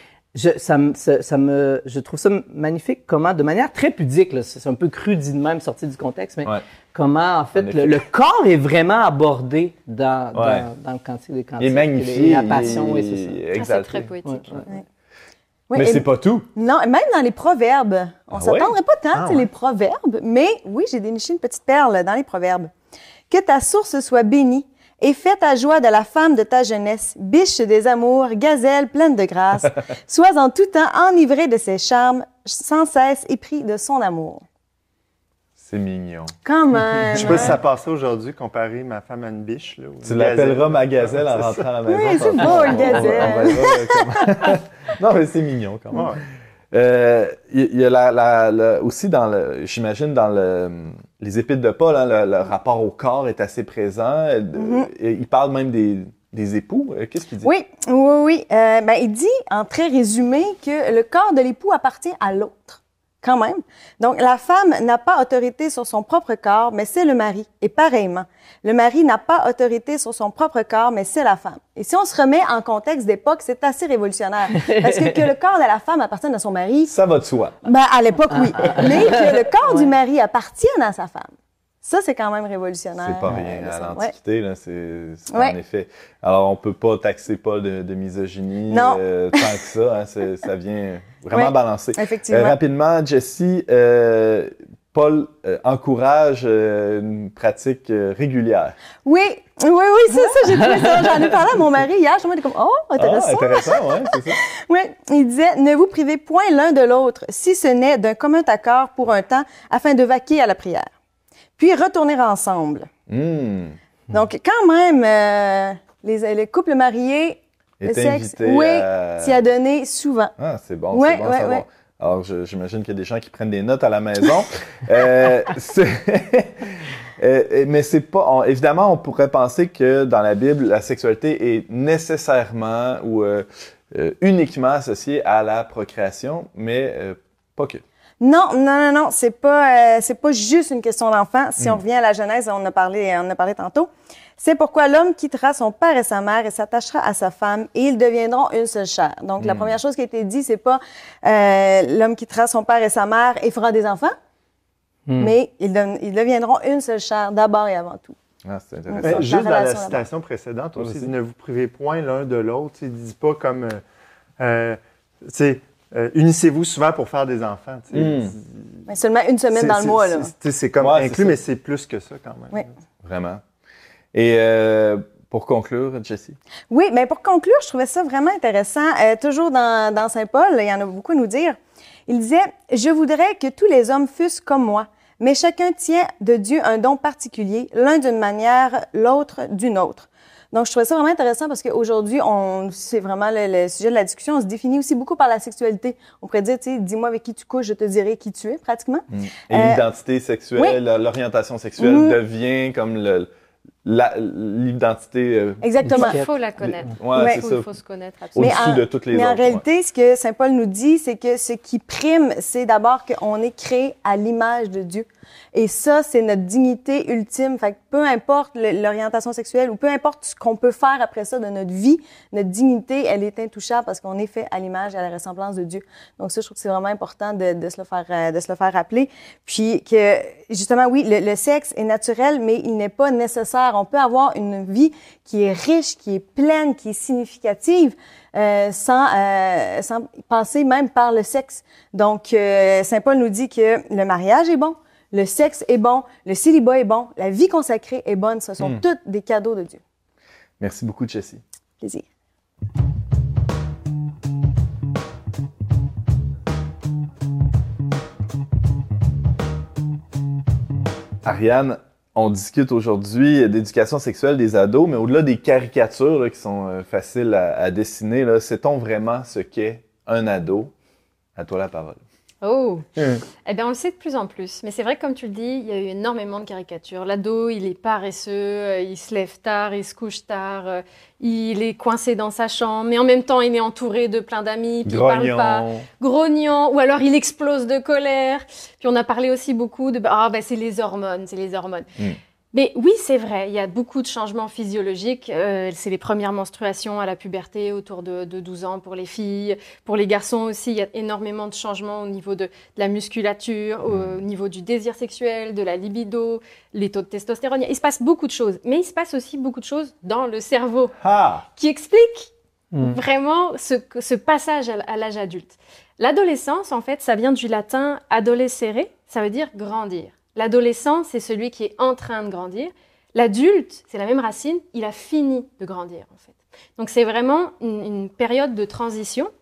je trouve ça magnifique comment, de manière très pudique, là, c'est un peu cru dit de même, sorti du contexte, mais comment, en fait, le corps est vraiment abordé dans le Cantique des Cantiques. Il est magnifié. La passion, et c'est ça. Exalté. C'est très poétique. Oui, Mais et c'est pas tout. non, même dans les proverbes. On s'attendrait pas tant, Ah, c'est les proverbes, mais oui, j'ai déniché une petite perle dans les proverbes. « Que ta source soit bénie, et fais ta joie de la femme de ta jeunesse, biche des amours, gazelle pleine de grâce, sois en tout temps enivrée de ses charmes, sans cesse épris de son amour. » C'est mignon. Quand même. Je sais pas si ça passait aujourd'hui, comparer ma femme à une biche. Là, ou Tu une l'appelleras gazelle. ma gazelle en rentrant à la maison. Oui, c'est beau, une gazelle. Non, mais c'est mignon quand même. Ouais. Il y a aussi j'imagine dans les épîtres de Paul, hein, le rapport au corps est assez présent. Il parle même des époux. Qu'est-ce qu'il dit? Oui. Il dit, en très résumé, que le corps de l'époux appartient à l'autre, quand même. Donc, la femme n'a pas autorité sur son propre corps, mais c'est le mari. Et pareillement, le mari n'a pas autorité sur son propre corps, mais c'est la femme. Et si on se remet en contexte d'époque, c'est assez révolutionnaire. Parce que le corps de la femme appartienne à son mari... Ça va de soi. À l'époque, oui. Mais que le corps du mari appartienne à sa femme. Ça, c'est quand même révolutionnaire. C'est pas rien. À l'Antiquité, là, c'est Ouais. en effet. Alors, on peut pas taxer Paul de misogynie Non. Tant que ça. Hein, ça vient vraiment balancer. Effectivement. Rapidement, Jessie, Paul encourage une pratique régulière. Oui, ça, j'ai trouvé ça. J'en ai parlé à mon mari hier. Je me suis comme, intéressant. Intéressant, oui, c'est ça. Oui, il disait, ne vous privez point l'un de l'autre, si ce n'est d'un commun accord pour un temps, afin de vaquer à la prière. Puis retourner ensemble. Donc, quand même, les couples mariés, le sexe, s'y a donné souvent. Ah, c'est bon, c'est bon, c'est bon. Alors, j'imagine qu'il y a des gens qui prennent des notes à la maison. Mais c'est pas... évidemment, on pourrait penser que dans la Bible, la sexualité est nécessairement ou uniquement associée à la procréation, mais pas que. Non, c'est pas juste une question d'enfant. Si on revient à la Genèse, on en a parlé tantôt. C'est pourquoi l'homme quittera son père et sa mère et s'attachera à sa femme et ils deviendront une seule chair. Donc, la première chose qui a été dit, c'est pas l'homme quittera son père et sa mère et fera des enfants, mais ils deviendront une seule chair d'abord et avant tout. Ah, c'est intéressant. Juste dans la citation précédente aussi, ne vous privez point l'un de l'autre. Il ne dit pas comme... unissez-vous souvent pour faire des enfants. Mais seulement une semaine dans le mois. Là. C'est comme inclus, mais c'est plus que ça quand même. Oui. Vraiment. Et pour conclure, Jessie? Oui, mais pour conclure, je trouvais ça vraiment intéressant. Toujours dans Saint Paul, il y en a beaucoup à nous dire. Il disait « Je voudrais que tous les hommes fussent comme moi, mais chacun tient de Dieu un don particulier, l'un d'une manière, l'autre d'une autre. » Donc, je trouvais ça vraiment intéressant parce qu'aujourd'hui, c'est vraiment le sujet de la discussion. On se définit aussi beaucoup par la sexualité. On pourrait dire, tu sais, dis-moi avec qui tu couches, je te dirai qui tu es, pratiquement. Et l'identité sexuelle, l'orientation sexuelle devient comme l'identité. Exactement. Il faut la connaître. Ouais, Il faut se connaître absolument. Au-dessus de toutes les autres. Mais en réalité, ce que Saint Paul nous dit, c'est que ce qui prime, c'est d'abord qu'on est créé à l'image de Dieu. Et ça, c'est notre dignité ultime. Fait que peu importe l'orientation sexuelle ou peu importe ce qu'on peut faire après ça de notre vie, notre dignité, elle est intouchable parce qu'on est fait à l'image et à la ressemblance de Dieu. Donc ça, je trouve que c'est vraiment important de se le faire rappeler. Puis que, justement, oui, le sexe est naturel, mais il n'est pas nécessaire. On peut avoir une vie qui est riche, qui est pleine, qui est significative, sans passer même par le sexe. Donc, Saint Paul nous dit que le mariage est bon, le sexe est bon, le célibat est bon, la vie consacrée est bonne. Ce sont tous des cadeaux de Dieu. Merci beaucoup, Jessie. Plaisir. Ariane, on discute aujourd'hui d'éducation sexuelle des ados, mais au-delà des caricatures là, qui sont faciles à dessiner, là, sait-on vraiment ce qu'est un ado? À toi la parole. Oh! Eh bien, on le sait de plus en plus. Mais c'est vrai que, comme tu le dis, il y a eu énormément de caricatures. L'ado, il est paresseux, il se lève tard, il se couche tard, il est coincé dans sa chambre, mais en même temps, il est entouré de plein d'amis, puis il parle pas. Grognon. Ou alors, il explose de colère. Puis, on a parlé aussi beaucoup de c'est les hormones. Mais oui, c'est vrai, il y a beaucoup de changements physiologiques. C'est les premières menstruations à la puberté, autour de 12 ans pour les filles. Pour les garçons aussi, il y a énormément de changements au niveau de la musculature, au niveau du désir sexuel, de la libido, les taux de testostérone. Il se passe beaucoup de choses. Mais il se passe aussi beaucoup de choses dans le cerveau qui expliquent vraiment ce passage à l'âge adulte. L'adolescence, en fait, ça vient du latin « adolescere », ça veut dire « grandir ». L'adolescent, c'est celui qui est en train de grandir. L'adulte, c'est la même racine, il a fini de grandir, en fait. Donc, c'est vraiment une période de transition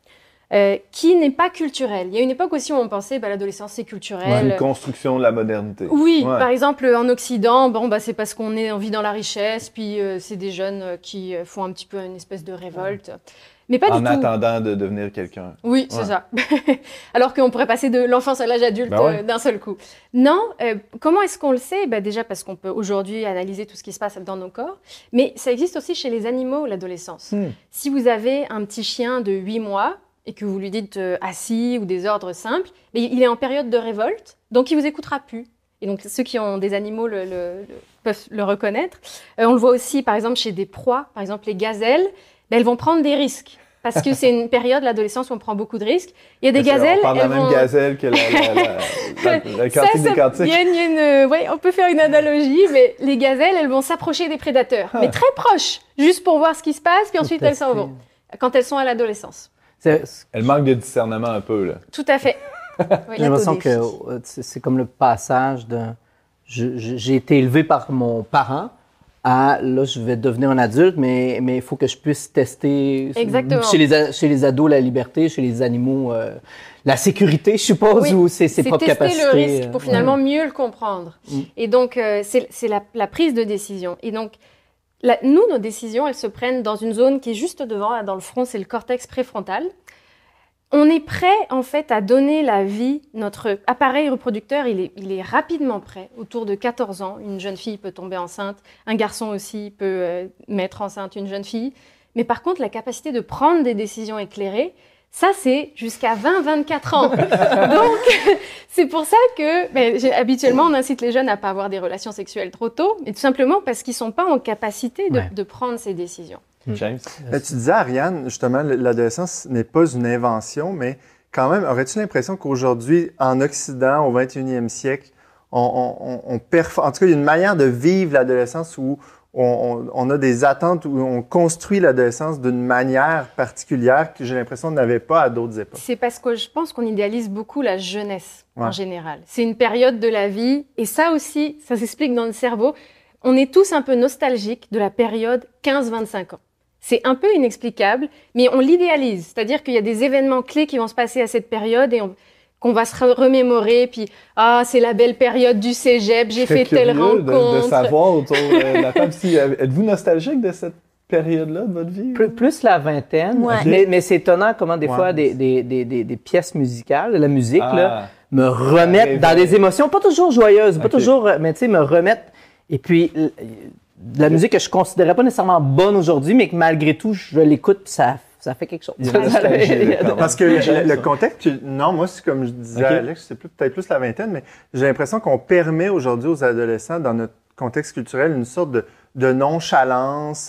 qui n'est pas culturelle. Il y a une époque aussi où on pensait l'adolescence c'est culturel. Une construction de la modernité. Oui, par exemple en Occident, c'est parce qu'on vit dans la richesse, puis c'est des jeunes qui font un petit peu une espèce de révolte. Mais pas du tout. En attendant de devenir quelqu'un. Oui, c'est ça. Alors qu'on pourrait passer de l'enfance à l'âge adulte d'un seul coup. Non, comment est-ce qu'on le sait? Déjà parce qu'on peut aujourd'hui analyser tout ce qui se passe dans nos corps, mais ça existe aussi chez les animaux, l'adolescence. Si vous avez un petit chien de 8 mois et que vous lui dites assis ou des ordres simples, mais il est en période de révolte, donc il vous écoutera plus. Et donc ceux qui ont des animaux peuvent le reconnaître. On le voit aussi par exemple chez des proies, par exemple les gazelles. Elles vont prendre des risques parce que c'est une période, l'adolescence, où on prend beaucoup de risques. Il y a des gazelles... On parle de la même gazelle que la quantique des quantiques. On peut faire une analogie, mais les gazelles, elles vont s'approcher des prédateurs, mais très proches, juste pour voir ce qui se passe, puis ensuite elles s'en vont, quand elles sont à l'adolescence. Elles manquent de discernement un peu, là. Tout à fait. J'ai l'impression que c'est comme le passage de... J'ai été élevé par mon parent, là, je vais devenir un adulte, mais il faut que je puisse tester chez les ados la liberté, chez les animaux la sécurité, je suppose, ou ses propres capacités. C'est tester le risque pour finalement mieux le comprendre. Et donc, c'est la prise de décision. Et donc, nous, nos décisions, elles se prennent dans une zone qui est juste devant, là, dans le front, c'est le cortex préfrontal. On est prêt, en fait, à donner la vie. Notre appareil reproducteur, il est rapidement prêt. Autour de 14 ans, une jeune fille peut tomber enceinte. Un garçon aussi peut mettre enceinte une jeune fille. Mais par contre, la capacité de prendre des décisions éclairées, ça, c'est jusqu'à 20-24 ans. Donc, c'est pour ça que, habituellement, on incite les jeunes à pas avoir des relations sexuelles trop tôt, mais tout simplement parce qu'ils sont pas en capacité de prendre ces décisions. James? Tu disais, Ariane, justement, l'adolescence n'est pas une invention, mais quand même, aurais-tu l'impression qu'aujourd'hui, en Occident, au 21e siècle, en tout cas, il y a une manière de vivre l'adolescence où on a des attentes, où on construit l'adolescence d'une manière particulière que j'ai l'impression qu'on n'avait pas à d'autres époques? C'est parce que je pense qu'on idéalise beaucoup la jeunesse en général. C'est une période de la vie, et ça aussi, ça s'explique dans le cerveau. On est tous un peu nostalgiques de la période 15-25 ans. C'est un peu inexplicable, mais on l'idéalise. C'est-à-dire qu'il y a des événements clés qui vont se passer à cette période et qu'on va se remémorer. Puis, c'est la belle période du cégep, j'ai fait telle rencontre. De savoir autour de la table. Êtes-vous nostalgique de cette période-là de votre vie? Plus la vingtaine. Mais c'est étonnant comment des fois des pièces musicales, de la musique, là, me remettent dans des émotions, pas toujours joyeuses, pas toujours, mais tu sais, me remettent. Et puis... de la musique que je considérais pas nécessairement bonne aujourd'hui, mais que malgré tout, je l'écoute, puis ça fait quelque chose. Parce que le contexte, moi, c'est comme je disais à Alex, c'est peut-être plus la vingtaine, mais j'ai l'impression qu'on permet aujourd'hui aux adolescents, dans notre contexte culturel, une sorte de nonchalance,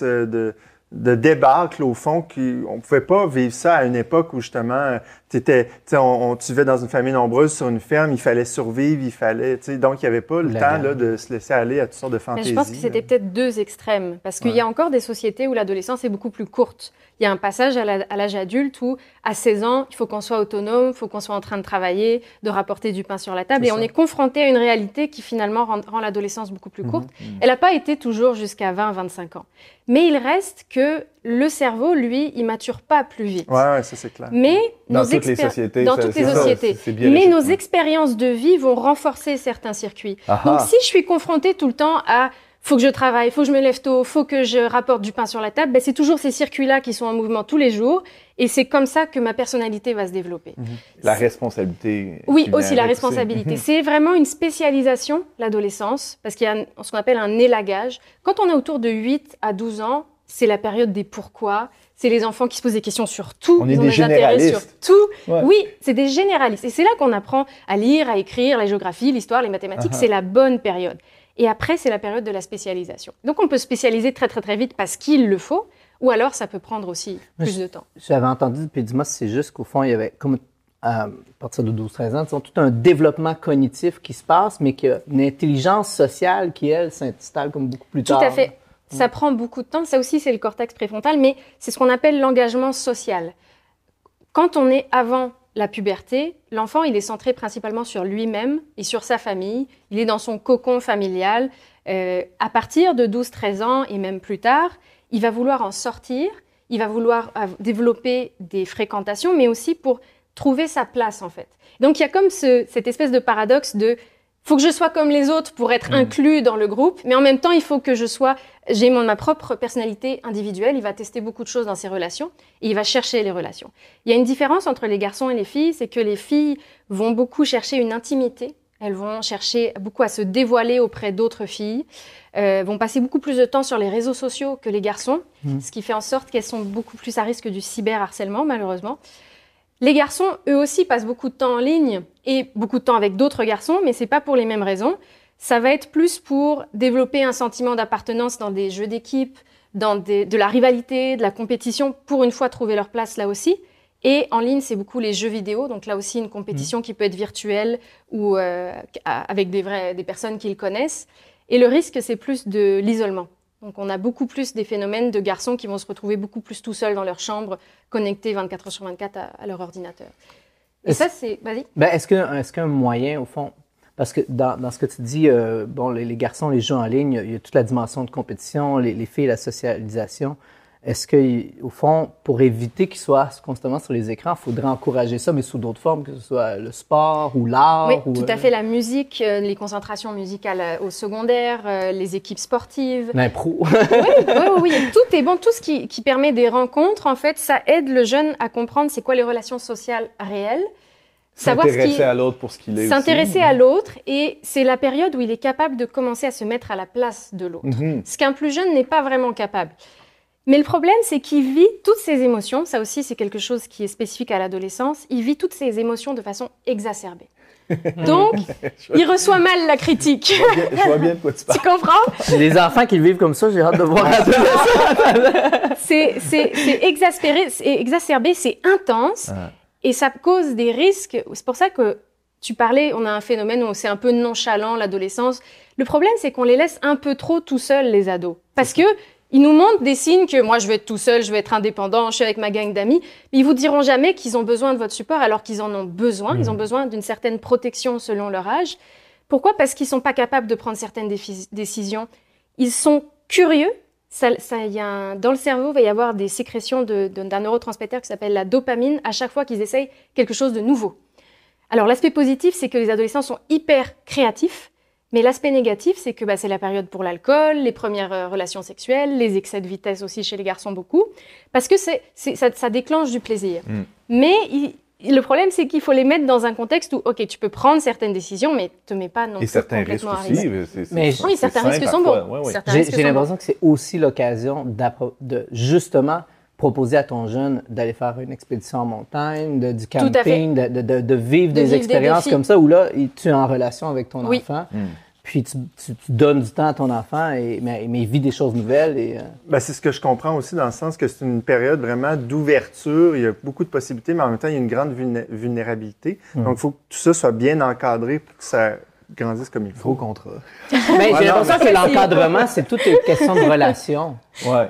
de débâcle, au fond, qu'on pouvait pas vivre ça à une époque où, justement, tu vivais dans une famille nombreuse sur une ferme, il fallait survivre, donc il n'y avait pas le temps là, de se laisser aller à toutes sortes de fantaisies. Mais je pense que c'était peut-être deux extrêmes, parce qu'il y a encore des sociétés où l'adolescence est beaucoup plus courte. Il y a un passage à l'âge adulte où, à 16 ans, il faut qu'on soit autonome, il faut qu'on soit en train de travailler, de rapporter du pain sur la table, on est confronté à une réalité qui, finalement, rend l'adolescence beaucoup plus courte. Elle n'a pas été toujours jusqu'à 20-25 ans. Mais il reste que le cerveau, lui, il mature pas plus vite. Ouais, ça c'est clair. Mais dans toutes les sociétés. Dans toutes les sociétés. Mais nos expériences de vie vont renforcer certains circuits. Donc, si je suis confrontée tout le temps à faut que je travaille, faut que je me lève tôt, faut que je rapporte du pain sur la table, c'est toujours ces circuits-là qui sont en mouvement tous les jours. Et c'est comme ça que ma personnalité va se développer. La responsabilité. Oui, aussi la responsabilité. C'est vraiment une spécialisation, l'adolescence, parce qu'il y a ce qu'on appelle un élagage. Quand on est autour de 8 à 12 ans, c'est la période des pourquoi. C'est les enfants qui se posent des questions sur tout. On est des généralistes. Sur tout. Ouais. Oui, c'est des généralistes. Et c'est là qu'on apprend à lire, à écrire, la géographie, l'histoire, les mathématiques. C'est la bonne période. Et après, c'est la période de la spécialisation. Donc, on peut spécialiser très, très, très vite parce qu'il le faut, ou alors ça peut prendre aussi plus de temps. J'avais entendu, puis dis-moi si c'est juste qu'au fond, il y avait, comme à partir de 12-13 ans, disons, tout un développement cognitif qui se passe, mais qu'il y a une intelligence sociale qui, elle, s'installe comme beaucoup plus tard. Tout à fait. Ça prend beaucoup de temps. Ça aussi, c'est le cortex préfrontal, mais c'est ce qu'on appelle l'engagement social. Quand on est avant la puberté, l'enfant, il est centré principalement sur lui-même et sur sa famille. Il est dans son cocon familial. À partir de 12-13 ans et même plus tard, il va vouloir en sortir. il va vouloir développer des fréquentations, mais aussi pour trouver sa place, en fait. Donc, il y a comme cette espèce de paradoxe de faut que je sois comme les autres pour être inclus dans le groupe, mais en même temps, il faut que j'ai ma propre personnalité individuelle. Il va tester beaucoup de choses dans ses relations et il va chercher les relations. Il y a une différence entre les garçons et les filles, c'est que les filles vont beaucoup chercher une intimité. Elles vont chercher beaucoup à se dévoiler auprès d'autres filles, vont passer beaucoup plus de temps sur les réseaux sociaux que les garçons, ce qui fait en sorte qu'elles sont beaucoup plus à risque du cyberharcèlement, malheureusement. Les garçons, eux aussi, passent beaucoup de temps en ligne et beaucoup de temps avec d'autres garçons, mais c'est pas pour les mêmes raisons. Ça va être plus pour développer un sentiment d'appartenance dans des jeux d'équipe, dans de la rivalité, de la compétition, pour une fois trouver leur place là aussi. Et en ligne, c'est beaucoup les jeux vidéo, donc là aussi une compétition qui peut être virtuelle ou avec des personnes qu'ils connaissent. Et le risque, c'est plus de l'isolement. Donc, on a beaucoup plus des phénomènes de garçons qui vont se retrouver beaucoup plus tout seuls dans leur chambre, connectés 24 heures sur 24 à leur ordinateur. Et ça, c'est... Vas-y. Ben, est-ce qu'un moyen, au fond... Parce que dans ce que tu dis, les garçons, les jeux en ligne, il y a toute la dimension de compétition, les filles, la socialisation. Est-ce qu'au fond, pour éviter qu'ils soient constamment sur les écrans, il faudrait encourager ça, mais sous d'autres formes, que ce soit le sport ou l'art? Oui, tout à fait. La musique, les concentrations musicales au secondaire, les équipes sportives. L'impro. Oui. Tout est bon. Tout ce qui permet des rencontres, en fait, ça aide le jeune à comprendre c'est quoi les relations sociales réelles. S'intéresser à l'autre pour ce qu'il est. S'intéresser à l'autre, et c'est la période où il est capable de commencer à se mettre à la place de l'autre. Ce qu'un plus jeune n'est pas vraiment capable. Mais le problème, c'est qu'il vit toutes ses émotions. Ça aussi, c'est quelque chose qui est spécifique à l'adolescence. Il vit toutes ses émotions de façon exacerbée. Donc, il reçoit mal la critique. Je vois bien de quoi tu parles. Tu comprends? J'ai des enfants qui le vivent comme ça, j'ai hâte de voir l'adolescence. C'est exacerbé, c'est intense. Et ça cause des risques. C'est pour ça que tu parlais, on a un phénomène où c'est un peu nonchalant, l'adolescence. Le problème, c'est qu'on les laisse un peu trop tout seuls, les ados. Parce que ils nous montrent des signes que moi, je vais être tout seul, je vais être indépendant, je suis avec ma gang d'amis. Mais ils vous diront jamais qu'ils ont besoin de votre support alors qu'ils en ont besoin. Ils ont besoin d'une certaine protection selon leur âge. Pourquoi? Parce qu'ils sont pas capables de prendre certaines décisions. Ils sont curieux. Dans le cerveau, il va y avoir des sécrétions d'un neurotransmetteur qui s'appelle la dopamine à chaque fois qu'ils essayent quelque chose de nouveau. Alors, l'aspect positif, c'est que les adolescents sont hyper créatifs. Mais l'aspect négatif, c'est que c'est la période pour l'alcool, les premières relations sexuelles, les excès de vitesse aussi chez les garçons beaucoup, parce que ça déclenche du plaisir. Mais le problème, c'est qu'il faut les mettre dans un contexte où, OK, tu peux prendre certaines décisions, mais te mets pas non plus complètement à risque. Oui, certains risques sont bons. J'ai l'impression que c'est aussi l'occasion de justement proposer à ton jeune d'aller faire une expédition en montagne, du camping, de vivre des expériences comme ça, où là, tu es en relation avec ton enfant. Puis tu donnes du temps à ton enfant, mais il vit des choses nouvelles. C'est ce que je comprends aussi, dans le sens que c'est une période vraiment d'ouverture. Il y a beaucoup de possibilités, mais en même temps, il y a une grande vulnérabilité. Donc, il faut que tout ça soit bien encadré pour que ça grandisse comme il faut. Gros contrat. Mais j'ai l'impression que l'encadrement, c'est toute une question de relation. Ouais.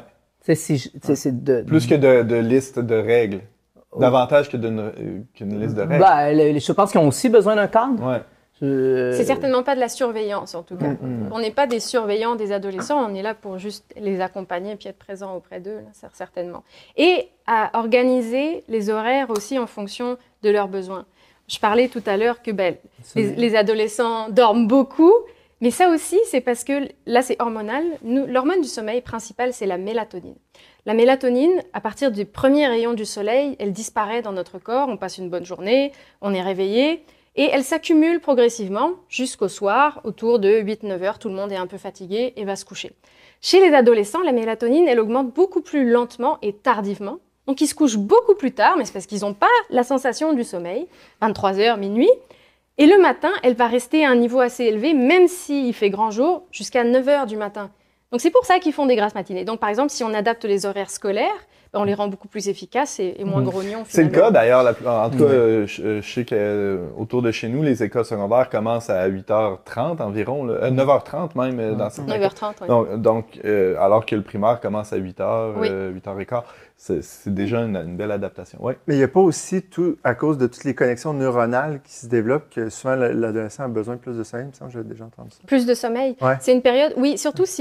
Plus que de liste de règles. Davantage qu'une liste de règles. Je pense qu'ils ont aussi besoin d'un cadre. Ouais. C'est certainement pas de la surveillance, en tout cas. On n'est pas des surveillants des adolescents, on est là pour juste les accompagner et être présent auprès d'eux, là, certainement. Et à organiser les horaires aussi en fonction de leurs besoins. Je parlais tout à l'heure que les adolescents dorment beaucoup, mais ça aussi, c'est parce que là, c'est hormonal. L'hormone du sommeil principale, c'est la mélatonine. La mélatonine, à partir du premier rayon du soleil, elle disparaît dans notre corps. On passe une bonne journée, on est réveillé. Et elle s'accumule progressivement jusqu'au soir, autour de 8-9 heures. Tout le monde est un peu fatigué et va se coucher. Chez les adolescents, la mélatonine, elle augmente beaucoup plus lentement et tardivement. Donc, ils se couchent beaucoup plus tard, mais c'est parce qu'ils n'ont pas la sensation du sommeil, 23 heures, minuit. Et le matin, elle va rester à un niveau assez élevé, même s'il fait grand jour, jusqu'à 9 heures du matin. Donc, c'est pour ça qu'ils font des grasses matinées. Donc, par exemple, si on adapte les horaires scolaires, on les rend beaucoup plus efficaces et moins grognons. C'est le cas d'ailleurs. En tout cas, je sais qu'autour de chez nous, les écoles secondaires commencent à 8h30 environ, 9h30 même dans certains cas. 9h30, oui. Donc, alors que le primaire commence à 8h, 8h15. C'est déjà une belle adaptation. Ouais. Mais il n'y a pas aussi tout, à cause de toutes les connexions neuronales qui se développent, que souvent l'adolescent a besoin de plus de sommeil, il me semble que j'ai déjà entendu ça. Plus de sommeil? Ouais. C'est une période, oui, surtout s'il y a aussi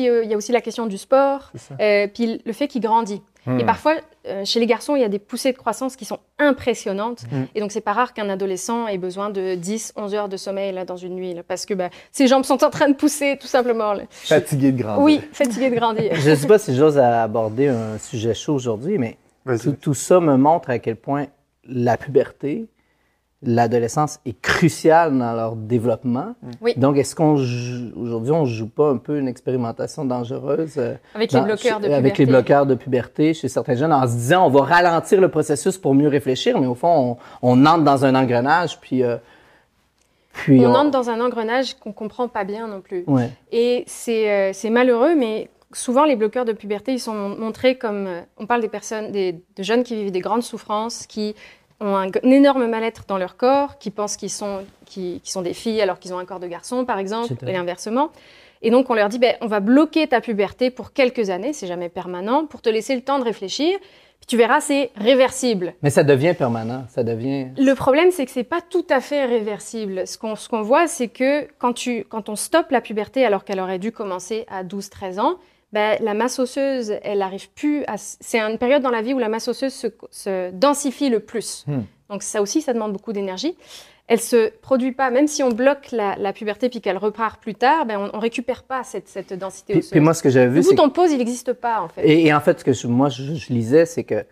aussi la question du sport, puis le fait qu'il grandit. Et parfois, chez les garçons, il y a des poussées de croissance qui sont impressionnantes. Et donc, c'est pas rare qu'un adolescent ait besoin de 10-11 heures de sommeil là, dans une nuit, là, parce que ses jambes sont en train de pousser, tout simplement. Là. Fatigué de grandir. Oui, fatigué de grandir. Je ne sais pas si j'ose aborder un sujet chaud aujourd'hui, mais tout ça me montre à quel point la puberté, l'adolescence est cruciale dans leur développement. Oui. Donc, est-ce qu'aujourd'hui, on ne joue pas un peu une expérimentation dangereuse avec les bloqueurs de puberté? Avec les bloqueurs de puberté chez certains jeunes, en se disant on va ralentir le processus pour mieux réfléchir, mais au fond, on entre dans un engrenage, puis on entre dans un engrenage qu'on ne comprend pas bien non plus. Ouais. Et c'est malheureux, mais souvent, les bloqueurs de puberté, ils sont montrés comme... on parle des personnes, de jeunes qui vivent des grandes souffrances, qui ont un énorme mal-être dans leur corps, qui pensent qu'ils sont des filles alors qu'ils ont un corps de garçon, par exemple, et inversement. Et donc, on leur dit, on va bloquer ta puberté pour quelques années, c'est jamais permanent, pour te laisser le temps de réfléchir. Puis tu verras, c'est réversible. Mais ça devient permanent, ça devient... Le problème, c'est que c'est pas tout à fait réversible. Ce qu'on voit, c'est que quand on stoppe la puberté alors qu'elle aurait dû commencer à 12-13 ans, la masse osseuse, elle n'arrive plus à... C'est une période dans la vie où la masse osseuse se densifie le plus. Donc ça aussi, ça demande beaucoup d'énergie. Elle ne se produit pas, même si on bloque la puberté puis qu'elle repart plus tard, on ne récupère pas cette densité osseuse. Puis moi, ce que j'avais vu, le bouton pause, il n'existe pas, en fait. Et en fait, ce que je lisais, c'est que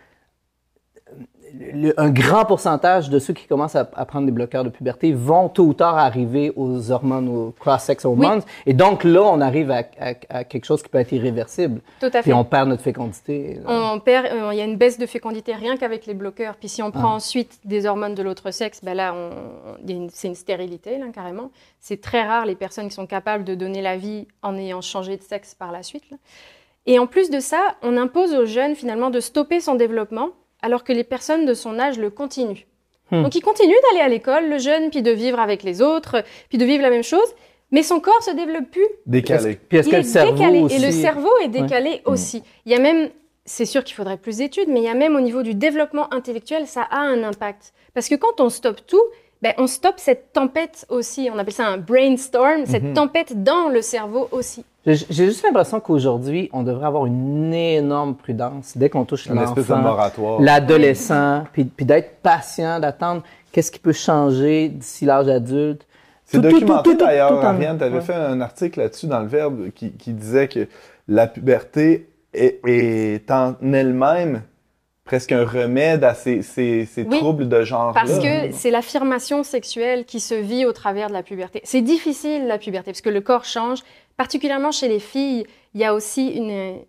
un grand pourcentage de ceux qui commencent à prendre des bloqueurs de puberté vont tôt ou tard arriver aux hormones, aux cross-sex hormones. Oui. Et donc là, on arrive à quelque chose qui peut être irréversible. Tout à fait. Puis on perd notre fécondité. Il y a une baisse de fécondité rien qu'avec les bloqueurs. Puis si on prend ensuite des hormones de l'autre sexe, là, c'est une stérilité, là, carrément. C'est très rare les personnes qui sont capables de donner la vie en ayant changé de sexe par la suite, là. Et en plus de ça, on impose aux jeunes, finalement, de stopper son développement alors que les personnes de son âge le continuent. Donc, il continue d'aller à l'école, le jeune, puis de vivre avec les autres, puis de vivre la même chose, mais son corps se développe plus. Décalé. Puis est-ce que le cerveau décalé, aussi... et le cerveau est décalé aussi. Il y a même, c'est sûr qu'il faudrait plus d'études, mais il y a même au niveau du développement intellectuel, ça a un impact. Parce que quand on stoppe tout, on stoppe cette tempête aussi. On appelle ça un brainstorm, cette tempête dans le cerveau aussi. J'ai juste l'impression qu'aujourd'hui, on devrait avoir une énorme prudence dès qu'on touche l'enfant, l'adolescent, puis d'être patient, d'attendre qu'est-ce qui peut changer d'ici l'âge adulte. C'est documenté d'ailleurs, Ariane, tu avais fait un article là-dessus dans le Verbe qui disait que la puberté est en elle-même presque un remède à ces troubles de genre-là. Parce que c'est l'affirmation sexuelle qui se vit au travers de la puberté. C'est difficile, la puberté, parce que le corps change. Particulièrement chez les filles, il y a aussi il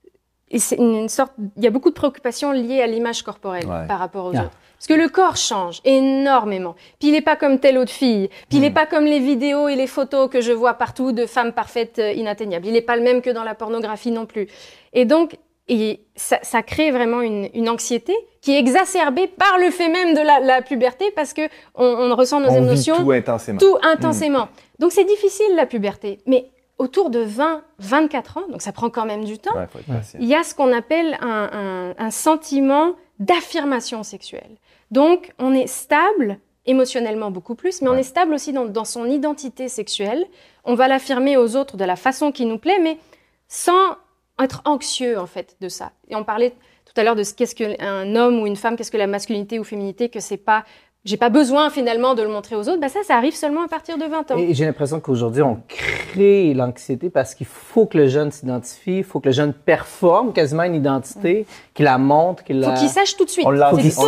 y a beaucoup de préoccupations liées à l'image corporelle par rapport aux autres. Parce que le corps change énormément. Puis il n'est pas comme telle autre fille. Puis il n'est pas comme les vidéos et les photos que je vois partout de femmes parfaites inatteignables. Il n'est pas le même que dans la pornographie non plus. Et donc, ça crée vraiment une anxiété qui est exacerbée par le fait même de la puberté parce que on ressent nos émotions vit tout intensément. Donc c'est difficile la puberté. Mais autour de 20-24 ans, donc ça prend quand même du temps, faut être patient. Il y a ce qu'on appelle un sentiment d'affirmation sexuelle. Donc, on est stable émotionnellement beaucoup plus, mais on est stable aussi dans son identité sexuelle. On va l'affirmer aux autres de la façon qui nous plaît, mais sans être anxieux, en fait, de ça. Et on parlait tout à l'heure de qu'est-ce qu'un homme ou une femme, qu'est-ce que la masculinité ou féminité, que c'est pas... J'ai pas besoin, finalement, de le montrer aux autres. Ça arrive seulement à partir de 20 ans. Et j'ai l'impression qu'aujourd'hui, on crée l'anxiété parce qu'il faut que le jeune s'identifie, il faut que le jeune performe quasiment une identité, qu'il la montre, qu'il la... Faut qu'il sache tout de suite. On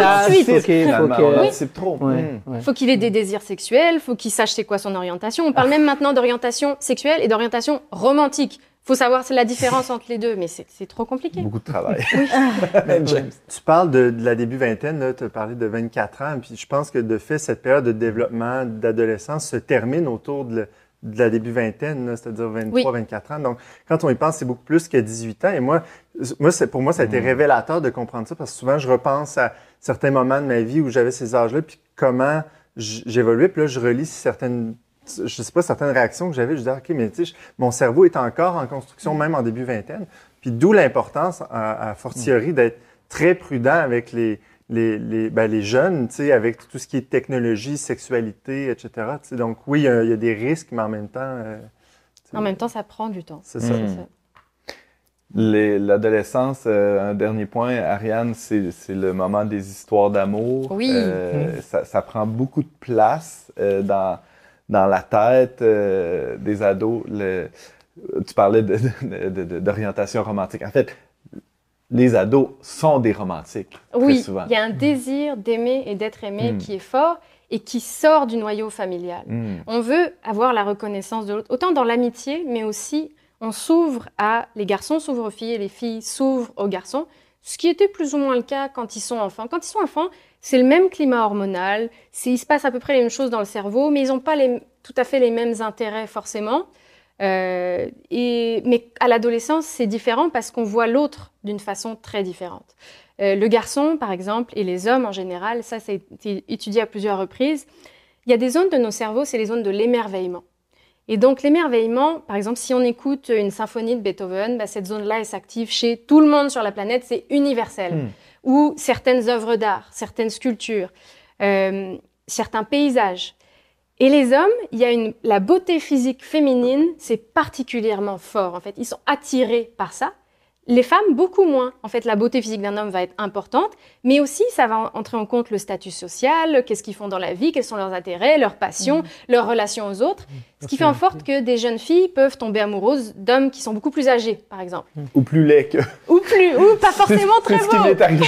l'anticipe trop. Faut qu'il ait des désirs sexuels, faut qu'il sache c'est quoi son orientation. On parle même maintenant d'orientation sexuelle et d'orientation romantique. Faut savoir la différence entre les deux, mais c'est trop compliqué. Beaucoup de travail. James. Tu parles de la début vingtaine, tu as parlé de 24 ans, puis je pense que de fait, cette période de développement d'adolescence se termine autour de la début vingtaine, c'est-à-dire 23-24 ans. Donc, quand on y pense, c'est beaucoup plus que 18 ans. Et pour moi, ça a été révélateur de comprendre ça, parce que souvent, je repense à certains moments de ma vie où j'avais ces âges-là, puis comment j'évoluais, puis là, je relis certaines réactions que j'avais. Je disais, OK, mais tu sais, mon cerveau est encore en construction, même en début vingtaine. Puis d'où l'importance, à fortiori, d'être très prudent avec les jeunes, tu sais, avec tout ce qui est technologie, sexualité, etc. Tu sais, donc oui, il y a des risques, mais en même temps... en même temps, ça prend du temps. C'est ça. L'adolescence, un dernier point, Ariane, c'est le moment des histoires d'amour. Oui. Ça prend beaucoup de place dans la tête des ados. Tu parlais d'orientation romantique. En fait, les ados sont des romantiques, très souvent. Il y a un désir d'aimer et d'être aimé qui est fort et qui sort du noyau familial. On veut avoir la reconnaissance de l'autre, autant dans l'amitié, mais aussi on s'ouvre les garçons s'ouvrent aux filles et les filles s'ouvrent aux garçons, ce qui était plus ou moins le cas quand ils sont enfants. Quand ils sont enfants, c'est le même climat hormonal, il se passe à peu près les mêmes choses dans le cerveau, mais ils n'ont pas tout à fait les mêmes intérêts forcément. Mais à l'adolescence, c'est différent parce qu'on voit l'autre d'une façon très différente. Le garçon, par exemple, et les hommes en général, ça a été étudié à plusieurs reprises, il y a des zones de nos cerveaux, c'est les zones de l'émerveillement. Et donc l'émerveillement, par exemple, si on écoute une symphonie de Beethoven, cette zone-là, elle s'active chez tout le monde sur la planète, c'est universel. Ou certaines œuvres d'art, certaines sculptures, certains paysages. Et les hommes, il y a la beauté physique féminine, c'est particulièrement fort. En fait, ils sont attirés par ça. Les femmes, beaucoup moins. En fait, la beauté physique d'un homme va être importante, mais aussi, ça va entrer en compte le statut social, qu'est-ce qu'ils font dans la vie, quels sont leurs intérêts, leurs passions, leurs relations aux autres. Ce qui fait en sorte que des jeunes filles peuvent tomber amoureuses d'hommes qui sont beaucoup plus âgés, par exemple. Ou plus laids que... Ou pas forcément très beaux. C'est ce qui m'est arrivé.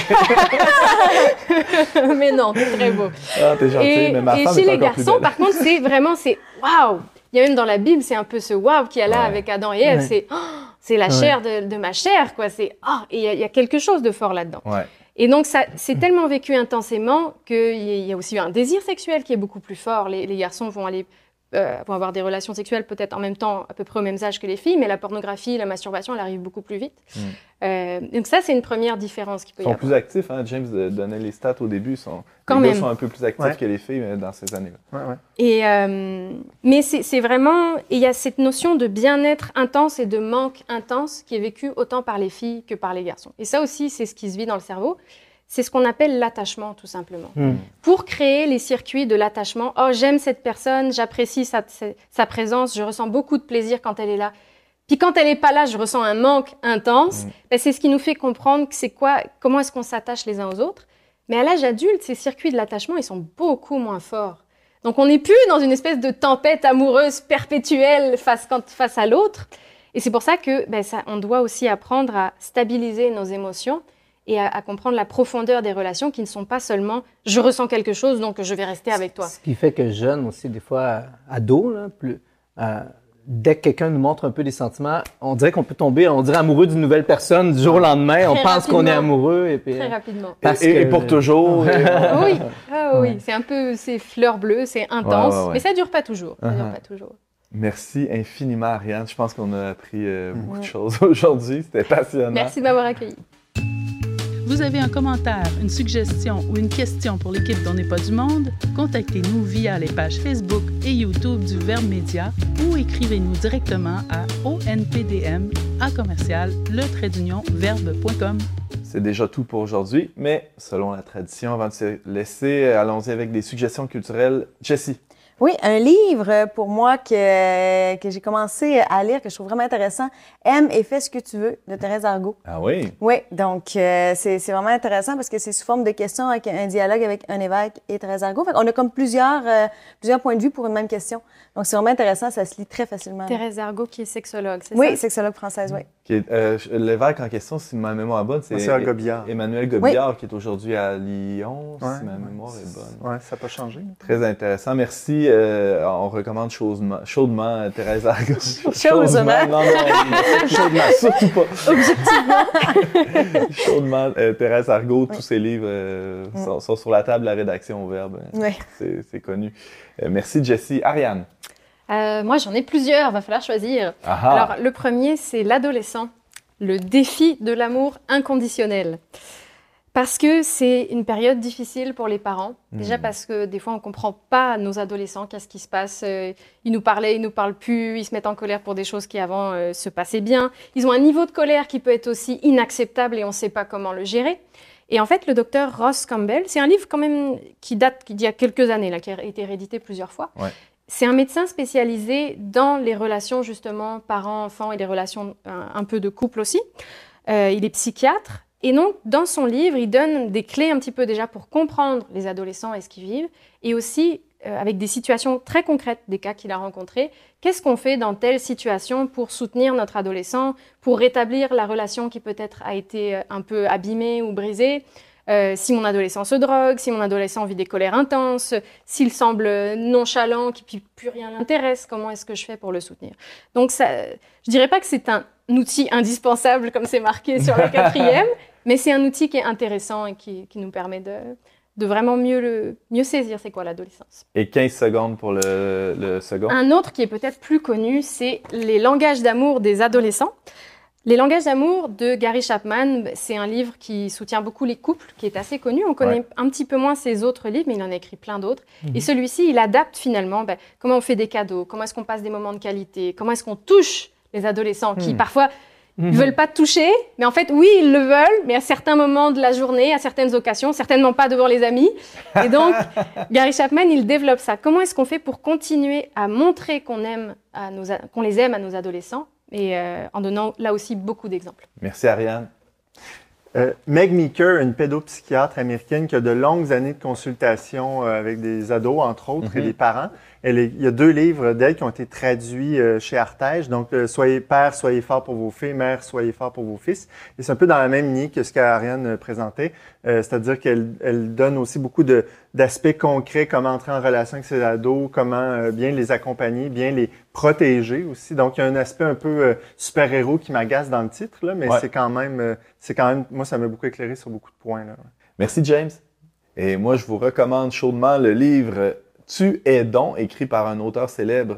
Mais non, très beau. Ah, t'es gentil, mais ma femme chez est les encore plus garçons, belle. par contre, c'est waouh. Il y a même dans la Bible, c'est un peu ce waouh qu'il y a là avec Adam et Ève. C'est la chair de ma chair, quoi. Et il y a quelque chose de fort là-dedans. Ouais. Et donc, c'est tellement vécu intensément qu'il y a aussi un désir sexuel qui est beaucoup plus fort. Les garçons vont avoir des relations sexuelles peut-être en même temps, à peu près au même âge que les filles, mais la pornographie, la masturbation, elle arrive beaucoup plus vite. Donc ça, c'est une première différence qu'il peut y avoir. Ils sont plus actifs, hein? James donnait les stats au début. Les gars sont un peu plus actifs que les filles dans ces années-là. Et, mais c'est vraiment... Il y a cette notion de bien-être intense et de manque intense qui est vécue autant par les filles que par les garçons. Et ça aussi, c'est ce qui se vit dans le cerveau. C'est ce qu'on appelle l'attachement, tout simplement. Pour créer les circuits de l'attachement, j'aime cette personne, j'apprécie sa présence, je ressens beaucoup de plaisir quand elle est là. Puis quand elle n'est pas là, je ressens un manque intense. C'est ce qui nous fait comprendre comment est-ce qu'on s'attache les uns aux autres. Mais à l'âge adulte, ces circuits de l'attachement, ils sont beaucoup moins forts. Donc on n'est plus dans une espèce de tempête amoureuse perpétuelle face à l'autre. Et c'est pour ça que on doit aussi apprendre à stabiliser nos émotions et à comprendre la profondeur des relations qui ne sont pas seulement « je ressens quelque chose, donc je vais rester avec toi ». Ce qui fait que jeune aussi, des fois, ado, dès que quelqu'un nous montre un peu des sentiments, on dirait qu'on peut tomber, amoureux d'une nouvelle personne du jour au lendemain. On pense qu'on est amoureux. Et puis, très rapidement. Et pour toujours. Oui, c'est fleur bleue, c'est intense, mais ça ne dure pas toujours. Merci infiniment, Ariane. Je pense qu'on a appris beaucoup de choses aujourd'hui. C'était passionnant. Merci de m'avoir accueilli. Vous avez un commentaire, une suggestion ou une question pour l'équipe d'On n'est pas du monde? Contactez-nous via les pages Facebook et YouTube du Verbe Média ou écrivez-nous directement à onpdm@verbe.com. C'est déjà tout pour aujourd'hui, mais selon la tradition, avant de se laisser, allons-y avec des suggestions culturelles. Jessie. Oui, un livre pour moi que j'ai commencé à lire, que je trouve vraiment intéressant, « Aime et fais ce que tu veux » de Thérèse Argot. Ah oui? Oui, donc c'est vraiment intéressant parce que c'est sous forme de questions avec un dialogue avec un évêque et Thérèse Argot. Fait qu'on a comme plusieurs points de vue pour une même question. Donc c'est vraiment intéressant, ça se lit très facilement. Thérèse Argot qui est sexologue, c'est ça? Oui, sexologue française, oui. L'évêque en question, si ma mémoire est bonne, c'est Emmanuel Gobillard qui est aujourd'hui à Lyon, si ma mémoire est bonne. Oui, ça n'a pas changé. Très intéressant. Merci. On recommande chaudement Thérèse Argot. Chaudement? Non, chaudement, surtout pas. Objectivement. Chaudement, Thérèse Argot, tous ses livres sont sur la table de la rédaction au Verbe. Oui. C'est connu. Merci, Jessie. Ariane? Moi, j'en ai plusieurs, va falloir choisir. Aha. Alors, le premier, c'est l'adolescent, le défi de l'amour inconditionnel. Parce que c'est une période difficile pour les parents. Déjà parce que des fois, on ne comprend pas nos adolescents, qu'est-ce qui se passe. Ils nous parlaient, ils ne nous parlent plus, ils se mettent en colère pour des choses qui avant se passaient bien. Ils ont un niveau de colère qui peut être aussi inacceptable et on ne sait pas comment le gérer. Et en fait, le docteur Ross Campbell, c'est un livre quand même qui date d'il y a quelques années, là, qui a été réédité plusieurs fois. Ouais. c'est un médecin spécialisé dans les relations justement parents-enfants et les relations un peu de couple aussi. Il est psychiatre. Et donc, dans son livre, il donne des clés un petit peu déjà pour comprendre les adolescents et ce qu'ils vivent, et aussi avec des situations très concrètes, des cas qu'il a rencontrés. Qu'est-ce qu'on fait dans telle situation pour soutenir notre adolescent, pour rétablir la relation qui peut-être a été un peu abîmée ou brisée? Si mon adolescent se drogue, si mon adolescent vit des colères intenses, s'il semble nonchalant, qu'il plus rien l'intéresse, comment est-ce que je fais pour le soutenir? Donc, ça, je dirais pas que c'est un outil indispensable comme c'est marqué sur la 4e, mais c'est un outil qui est intéressant et qui nous permet de vraiment mieux saisir c'est quoi l'adolescence. Et 15 secondes pour le second. Un autre qui est peut-être plus connu, c'est les langages d'amour des adolescents. Les langages d'amour de Gary Chapman, c'est un livre qui soutient beaucoup les couples, qui est assez connu. On connaît un petit peu moins ses autres livres, mais il en a écrit plein d'autres. Et celui-ci, il adapte finalement comment on fait des cadeaux, comment est-ce qu'on passe des moments de qualité, comment est-ce qu'on touche les adolescents qui parfois ne veulent pas te toucher, mais en fait, oui, ils le veulent, mais à certains moments de la journée, à certaines occasions, certainement pas devant les amis. Et donc, Gary Chapman, il développe ça. Comment est-ce qu'on fait pour continuer à montrer qu'on les aime à nos adolescents, et en donnant là aussi beaucoup d'exemples. Merci Ariane. Meg Meeker, une pédopsychiatre américaine qui a de longues années de consultation avec des ados, entre autres, et des parents. Il y a 2 livres d'elle qui ont été traduits chez Artege. Donc, Soyez père, soyez fort pour vos filles, mère, soyez fort pour vos fils. Et c'est un peu dans la même ligne que ce qu'Ariane présentait. C'est-à-dire qu'elle donne aussi beaucoup d'aspects concrets, comment entrer en relation avec ses ados, comment bien les accompagner, bien les protéger aussi. Donc, il y a un aspect un peu super-héros qui m'agace dans le titre, là, mais c'est quand même, moi, ça m'a beaucoup éclairé sur beaucoup de points, là. Merci, James. Et moi, je vous recommande chaudement le livre Tu es donc, écrit par un auteur célèbre.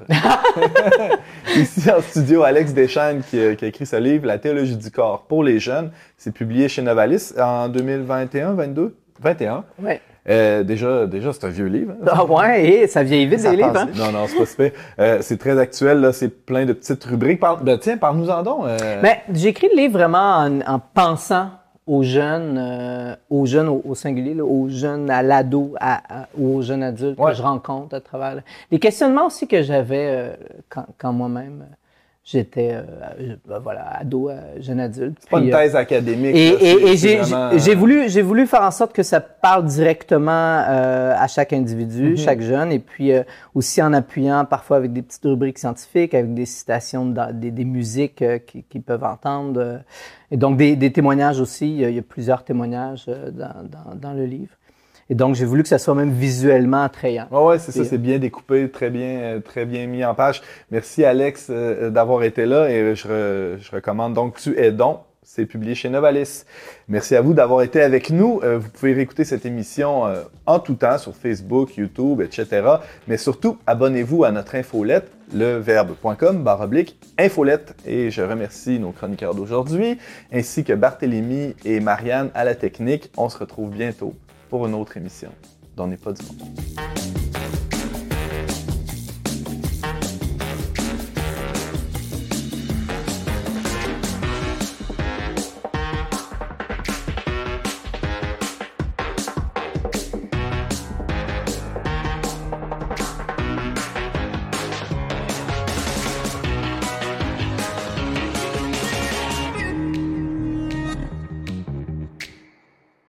Ici en studio, Alex Deschênes qui a écrit ce livre, La théologie du corps pour les jeunes. C'est publié chez Novalis en 2021, 22? 21. Oui. Déjà, c'est un vieux livre. Hein, ah ouais, et ça vieillit vite des livres. Hein? Non, c'est pas super. C'est très actuel, là. C'est plein de petites rubriques. Parle-nous-en donc. J'écris le livre vraiment en pensant aux jeunes au singulier, là, aux jeunes, à l'ado, ou aux jeunes adultes que je rencontre à travers les questionnements aussi que j'avais quand moi-même j'étais ado, jeune adulte. C'est pas une thèse académique. Et j'ai voulu faire en sorte que ça parle directement à chaque individu, chaque jeune, et puis aussi en appuyant parfois avec des petites rubriques scientifiques, avec des citations des musiques qu'ils peuvent entendre. Et donc des témoignages aussi. Il y a plusieurs témoignages dans le livre. Et donc, j'ai voulu que ça soit même visuellement attrayant. Oui, c'est ça, c'est bien découpé, très bien mis en page. Merci Alex d'avoir été là et je recommande donc Tu es donc. C'est publié chez Novalis. Merci à vous d'avoir été avec nous. Vous pouvez réécouter cette émission en tout temps sur Facebook, YouTube, etc. Mais surtout, abonnez-vous à notre infolette, leverbe.com/infolette. Et je remercie nos chroniqueurs d'aujourd'hui, ainsi que Barthélémy et Marianne à la technique. On se retrouve bientôt pour une autre émission d'On n'est pas du monde.